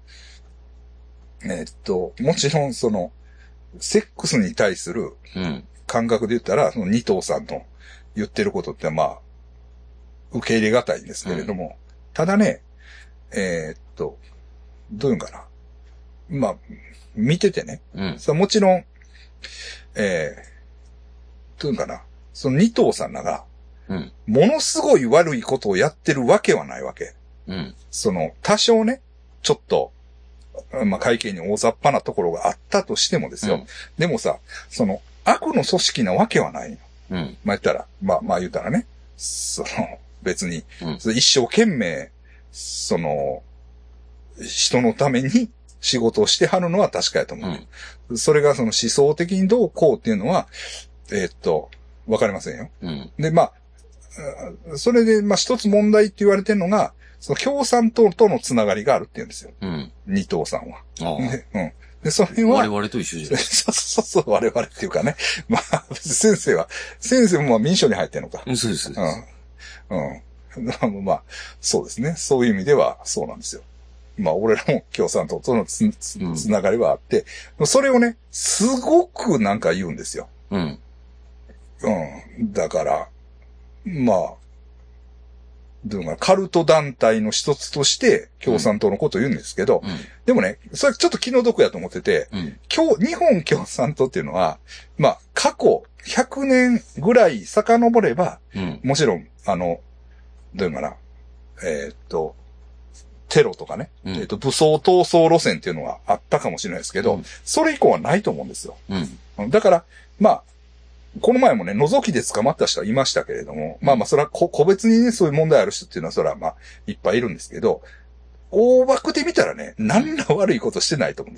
もちろんセックスに対する感覚で言ったら、二藤さんの言ってることってまあ、受け入れがたいんですけれども、ただね、どういうのかな。まあ、見ててね、もちろん、どういうのかな。二藤さんらが、ものすごい悪いことをやってるわけはないわけ。多少ね、ちょっと、まあ、会計に大雑把なところがあったとしてもですよ。でもさ、悪の組織なわけはないよ。まあ言ったら、まあ言ったらね、別に、一生懸命、人のために仕事をしてはるのは確かやと思う。それが思想的にどうこうっていうのは、わかりませんよ。で、まあ、それで、まあ一つ問題って言われてるのが、共産党とのつながりがあるって言うんですよ。二藤さんは。で、それは。 我々と一緒じゃん。 そう、我々っていうかね。まあ、先生もまあ民主に入ってるのか。 そうです。 まあ、そうですね。そういう意味ではそうなんですよ。まあ、俺らも共産党とのつながりはあって、それをね、すごくなんか言うんですよ。だから、まあ、カルト団体の一つとして共産党のことを言うんですけど、でもね、それちょっと気の毒やと思ってて、日本共産党っていうのは、まあ、過去100年ぐらい遡れば、もちろん、どういうかな、テロとかね、武装闘争路線っていうのはあったかもしれないですけど、それ以降はないと思うんですよ。だから、まあ、この前もね、覗きで捕まった人はいましたけれども、まあまあ、それは個別にね、そういう問題ある人っていうのは、それはまあ、いっぱいいるんですけど、大枠で見たらね、何ら悪いことしてないと思うんです。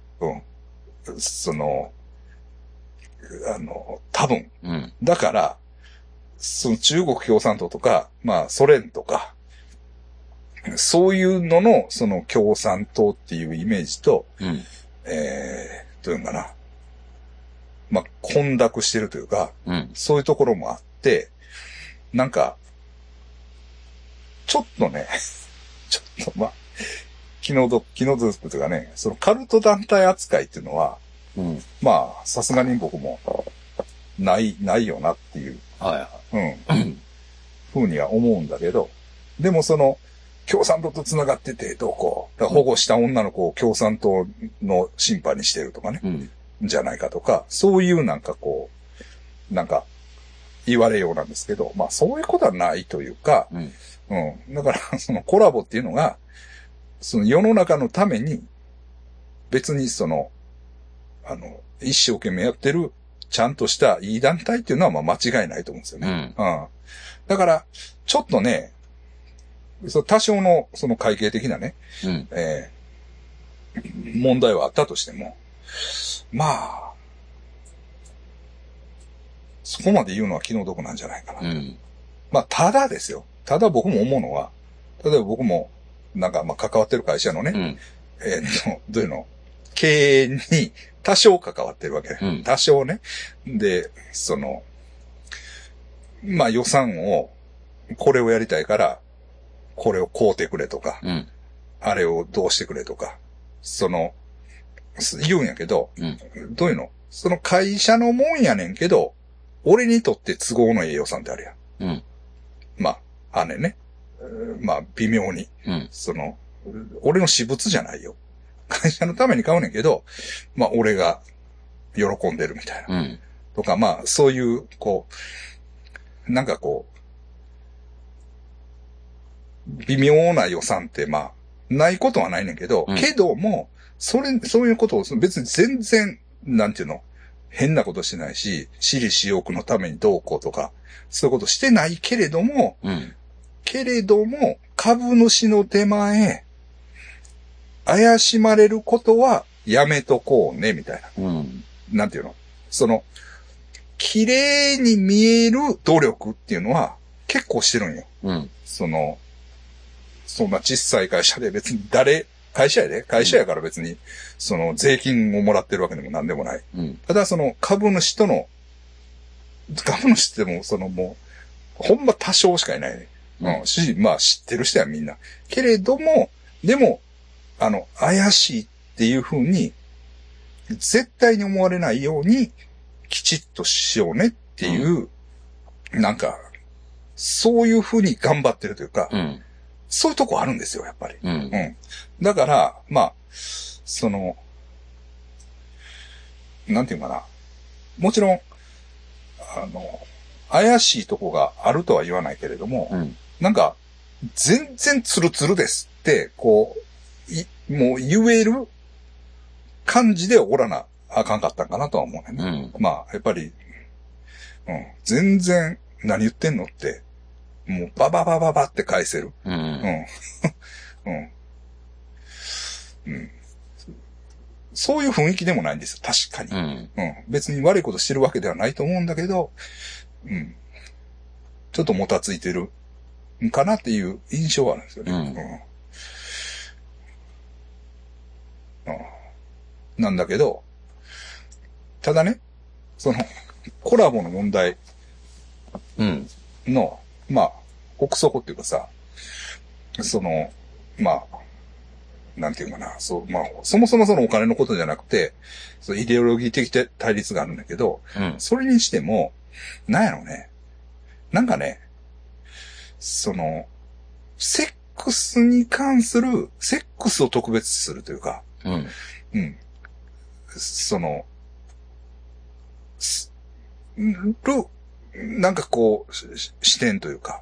多分。だから、中国共産党とか、まあ、ソ連とか、そういうのの、共産党っていうイメージと、どういうのかな。まあ、混濁してるというか、そういうところもあって、なんか、ちょっとね、まあ、気の毒というかね、カルト団体扱いっていうのは、まあ、さすがに僕も、ないよなっていう、ふうには思うんだけど、でも共産党と繋がってて、どうこう、保護した女の子を共産党の審判にしてるとかね、じゃないかとか、そういうなんか言われようなんですけど、まあそういうことはないというか、だからコラボっていうのが、世の中のために、別に一生懸命やってる、ちゃんとしたいい団体っていうのはまあ間違いないと思うんですよね。だから、ちょっとね、多少の会計的なね、問題はあったとしても、まあ、そこまで言うのは気の毒なんじゃないかな。まあ、ただですよ。ただ僕も思うのは、例えば僕も、なんかまあ関わってる会社のね、どういうの、経営に多少関わってるわけ。多少ね。で、まあ予算を、これをやりたいから、これを買うてくれとか、あれをどうしてくれとか、言うんやけど、どういうの？会社のもんやねんけど、俺にとって都合のいい予算ってあるやん。まあ、ね。まあ、微妙に。俺の私物じゃないよ。会社のために買うねんけど、まあ、俺が喜んでるみたいな。とか、まあ、そういう、なんか微妙な予算ってまあ、ないことはないねんけど、けども、そういうことを別に全然、なんていうの、変なことしてないし、私利私欲のためにどうこうとか、そういうことしてないけれども、株主の手前、怪しまれることはやめとこうね、みたいな。なんていうの、綺麗に見える努力っていうのは結構してるんよ。そんな小さい会社で別に会社やから別に、税金をもらってるわけでもなんでもない。ただ株主ってももう、ほんま多少しかいないね。まあ知ってる人はみんな。けれども、でも、怪しいっていう風に、絶対に思われないように、きちっとしようねっていう、なんか、そういう風に頑張ってるというか、そういうとこあるんですよ、やっぱり。だから、まあ、なんていうかな。もちろん、怪しいとこがあるとは言わないけれども、なんか、全然ツルツルですって、もう言える感じでおらなあかんかったんかなとは思うね。まあ、やっぱり、全然何言ってんのって、もうバババババって返せる。そういう雰囲気でもないんですよ、確かに。別に悪いことしてるわけではないと思うんだけど、ちょっともたついてるんかなっていう印象はあるんですよね。なんだけど、ただね、コラボの問題の、まあ、奥底っていうかさ、まあ、なんていうかな、まあ、そもそもお金のことじゃなくて、イデオロギー的対立があるんだけど、それにしても、なんやろね、なんかね、セックスに関する、セックスを特別視するというか、なんか視点というか、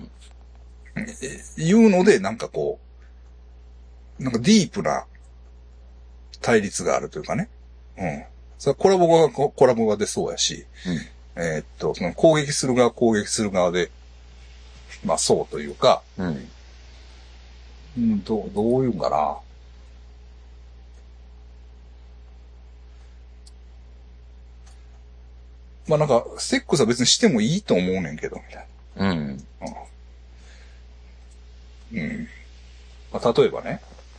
いうので、なんかなんかディープな対立があるというかね。それはコラボが出そうやし、攻撃する側で、まあそうというか、どういうんかな。まあなんか、セックスは別にしてもいいと思うねんけど、みたいな。まあ、例えばね、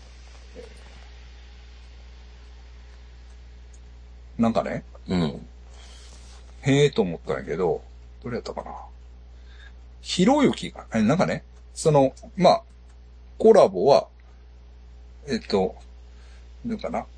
なんかね、へえと思ったんやけど、どれやったかな。ひろゆきが、なんかね、まあ、コラボは、なんかな、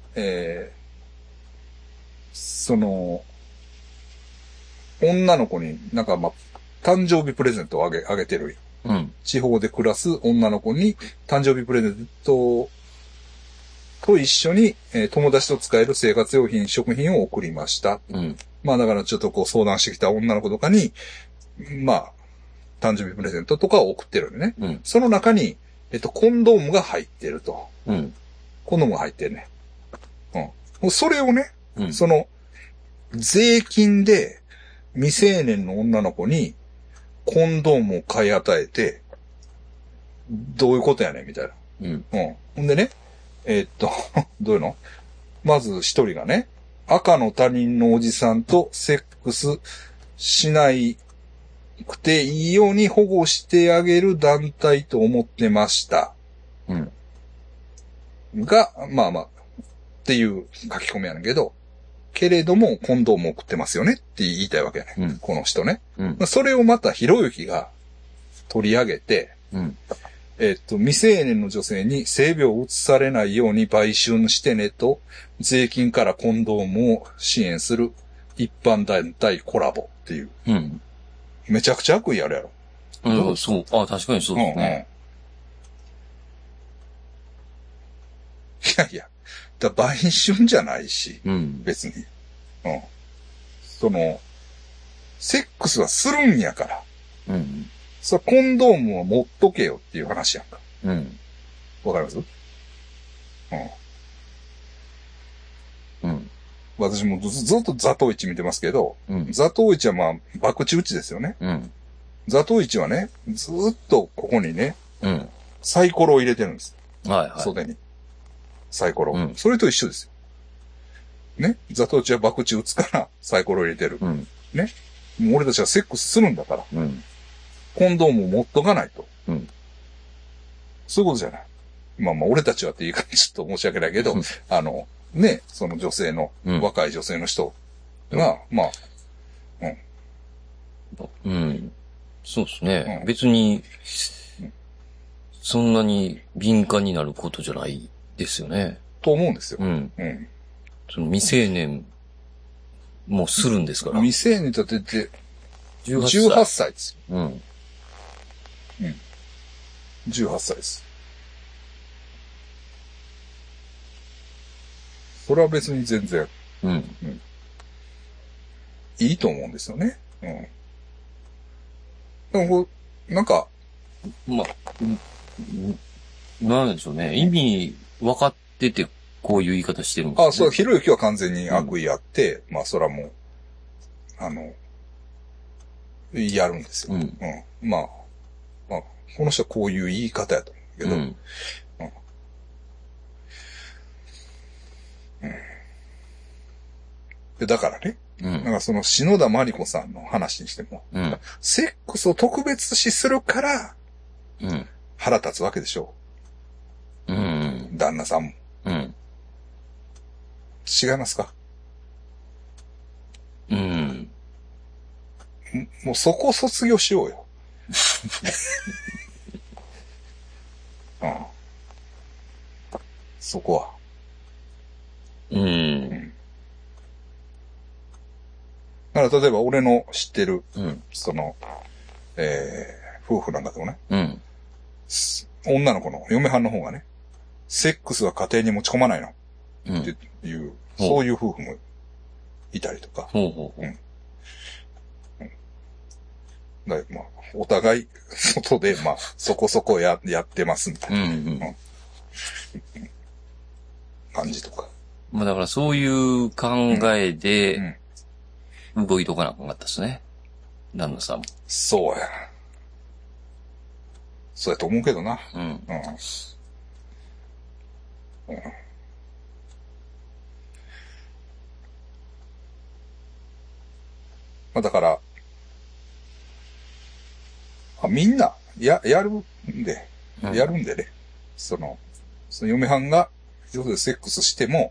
女の子になんかまあ、誕生日プレゼントをあげてる。地方で暮らす女の子に誕生日プレゼントと一緒に、友達と使える生活用品、食品を送りました。まあだからちょっと相談してきた女の子とかに、まあ、誕生日プレゼントとかを送ってるんでね。その中に、コンドームが入ってると。コンドームが入ってるね。それをね、税金で未成年の女の子にコンドームを買い与えて、どういうことやねんみたいな。ほんでね、どういうの？まず一人がね、赤の他人のおじさんとセックスしないくていいように保護してあげる団体と思ってました。が、まあまあ、っていう書き込みやねんけど、けれども、コンドームを送ってますよねって言いたいわけやね。この人ね。それをまたひろゆきが取り上げて、未成年の女性に性病を移されないように売春してねと、税金からコンドームを支援する一般団体コラボっていう。めちゃくちゃ悪意あるやろ。 そう。確かにそうですね。 いや、売春じゃないし、別に。セックスはするんやから。 それコンドームを持っとけよっていう話やんか。 うん。 わかります？うん。うん。私もずっとザトウイチ見てますけど、うん、ザトウイチはまあ、博打打ちですよね。うん。ザトウイチはね、ずっとここにね、うん。サイコロを入れてるんです。はいはい。袖に。サイコロ。うん。それと一緒ですよ。ね。ザトウイチは博打打つからサイコロを入れてる。うん。ね。もう俺たちはセックスするんだから。うん。コンドームを持っとかないと。うん。そういうことじゃない。まあまあ、俺たちはって言い方ちょっと申し訳ないけど、ね、その女性の、若い女性の人が、まあ、 うん。そうですね。別に、そんなに敏感になることじゃないですよね。 と思うんですよ。 その未成年もするんですから。 未成年だって18歳ですよ。18歳です。それは別に全然、いいと思うんですよね。でもなんか、 まあ、なんでしょうね。意味分かってて、こういう言い方してるんですね。 あ、そう、ひろゆきは完全に悪意あって、まあ、それはもう、やるんですよ。まあ、この人はこういう言い方やと思うけど、でだからね、なんかその篠田麻里子さんの話にしても、セックスを特別視するから、腹立つわけでしょう。旦那さんも。違いますか？もうそこ卒業しようよ。そこは。だから例えば俺の知ってる、その、夫婦なんかでもね、女の子の嫁はんの方がね、セックスは家庭に持ち込まないの。っていう、そういう夫婦もいたりとか。だまあ、お互い、外で、まあ、そこそこやってますみたいな、感じとか。 まあだからそういう考えで、動いとかなかったですね。旦那さんも。 そうや。そうやと思うけどな。まあだから、みんな、やるんでね。その嫁はんが、よくセックスしても、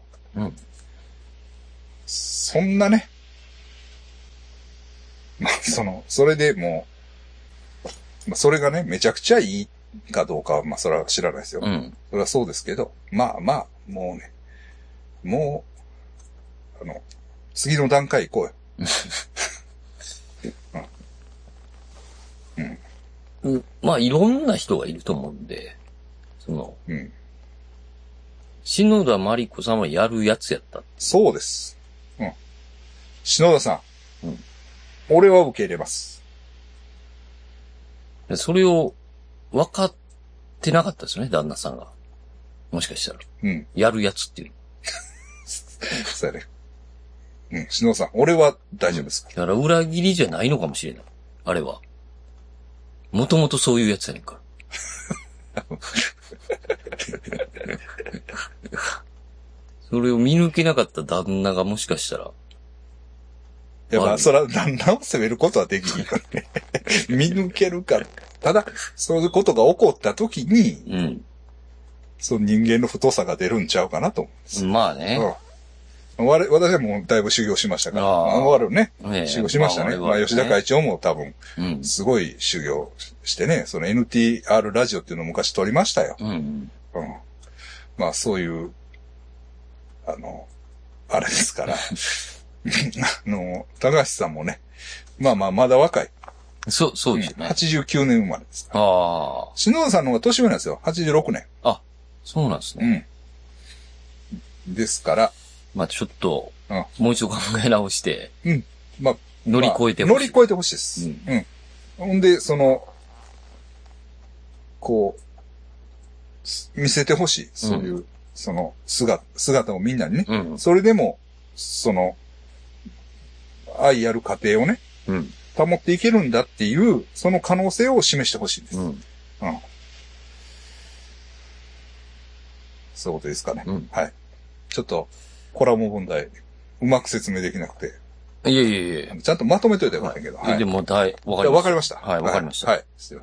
そんなね、まあそれでもう、それがね、めちゃくちゃいいかどうかは、まあそれは知らないですよ。それはそうですけど、まあまあ、もうね、もう、次の段階行こうよ。 まあいろんな人がいると思うんで、篠田麻里子さんはやるやつやった。 そうです。篠田さん。俺は受け入れます。 それを分かってなかったですね、旦那さんが。もしかしたら。やるやつっていう。 そうやね。篠田さん、俺は大丈夫ですから。だから裏切りじゃないのかもしれない。あれは。もともとそういうやつやねんから。それを見抜けなかった旦那がもしかしたら。 いや、まあ、そら、旦那を責めることはできないからね。見抜けるから。ただ、そういうことが起こった時に、その人間の太さが出るんちゃうかなと思うんです。 まあね。 私はもうだいぶ修行しましたから。ね。修行しましたね。まあ、吉田会長も多分、すごい修行してね、その NTR ラジオっていうのを昔撮りましたよ。まあ、そういう、あれですから。高橋さんもね、まあまあ、まだ若い。 そうですね。 89年生まれですから。篠田さんの方が年上なんですよ。86年。 あ、そうなんですね。 ですから。 まあちょっと、もう一度考え直して。 まあ、 乗り越えてほしい。 乗り越えてほしいです。ほんで、 こう、見せてほしい。そういう、その姿をみんなにね。うん、それでも、愛ある家庭をね、うん、保っていけるんだっていう、その可能性を示してほしいです。うん。うん。そういうことですかね。うん、はい。ちょっと、コラム問題、うまく説明できなくて。 いえ。 ちゃんとまとめといてよかったけど。 はい。でも、わかりました。 わかりました。 はい、わかりました。 はい。すいません。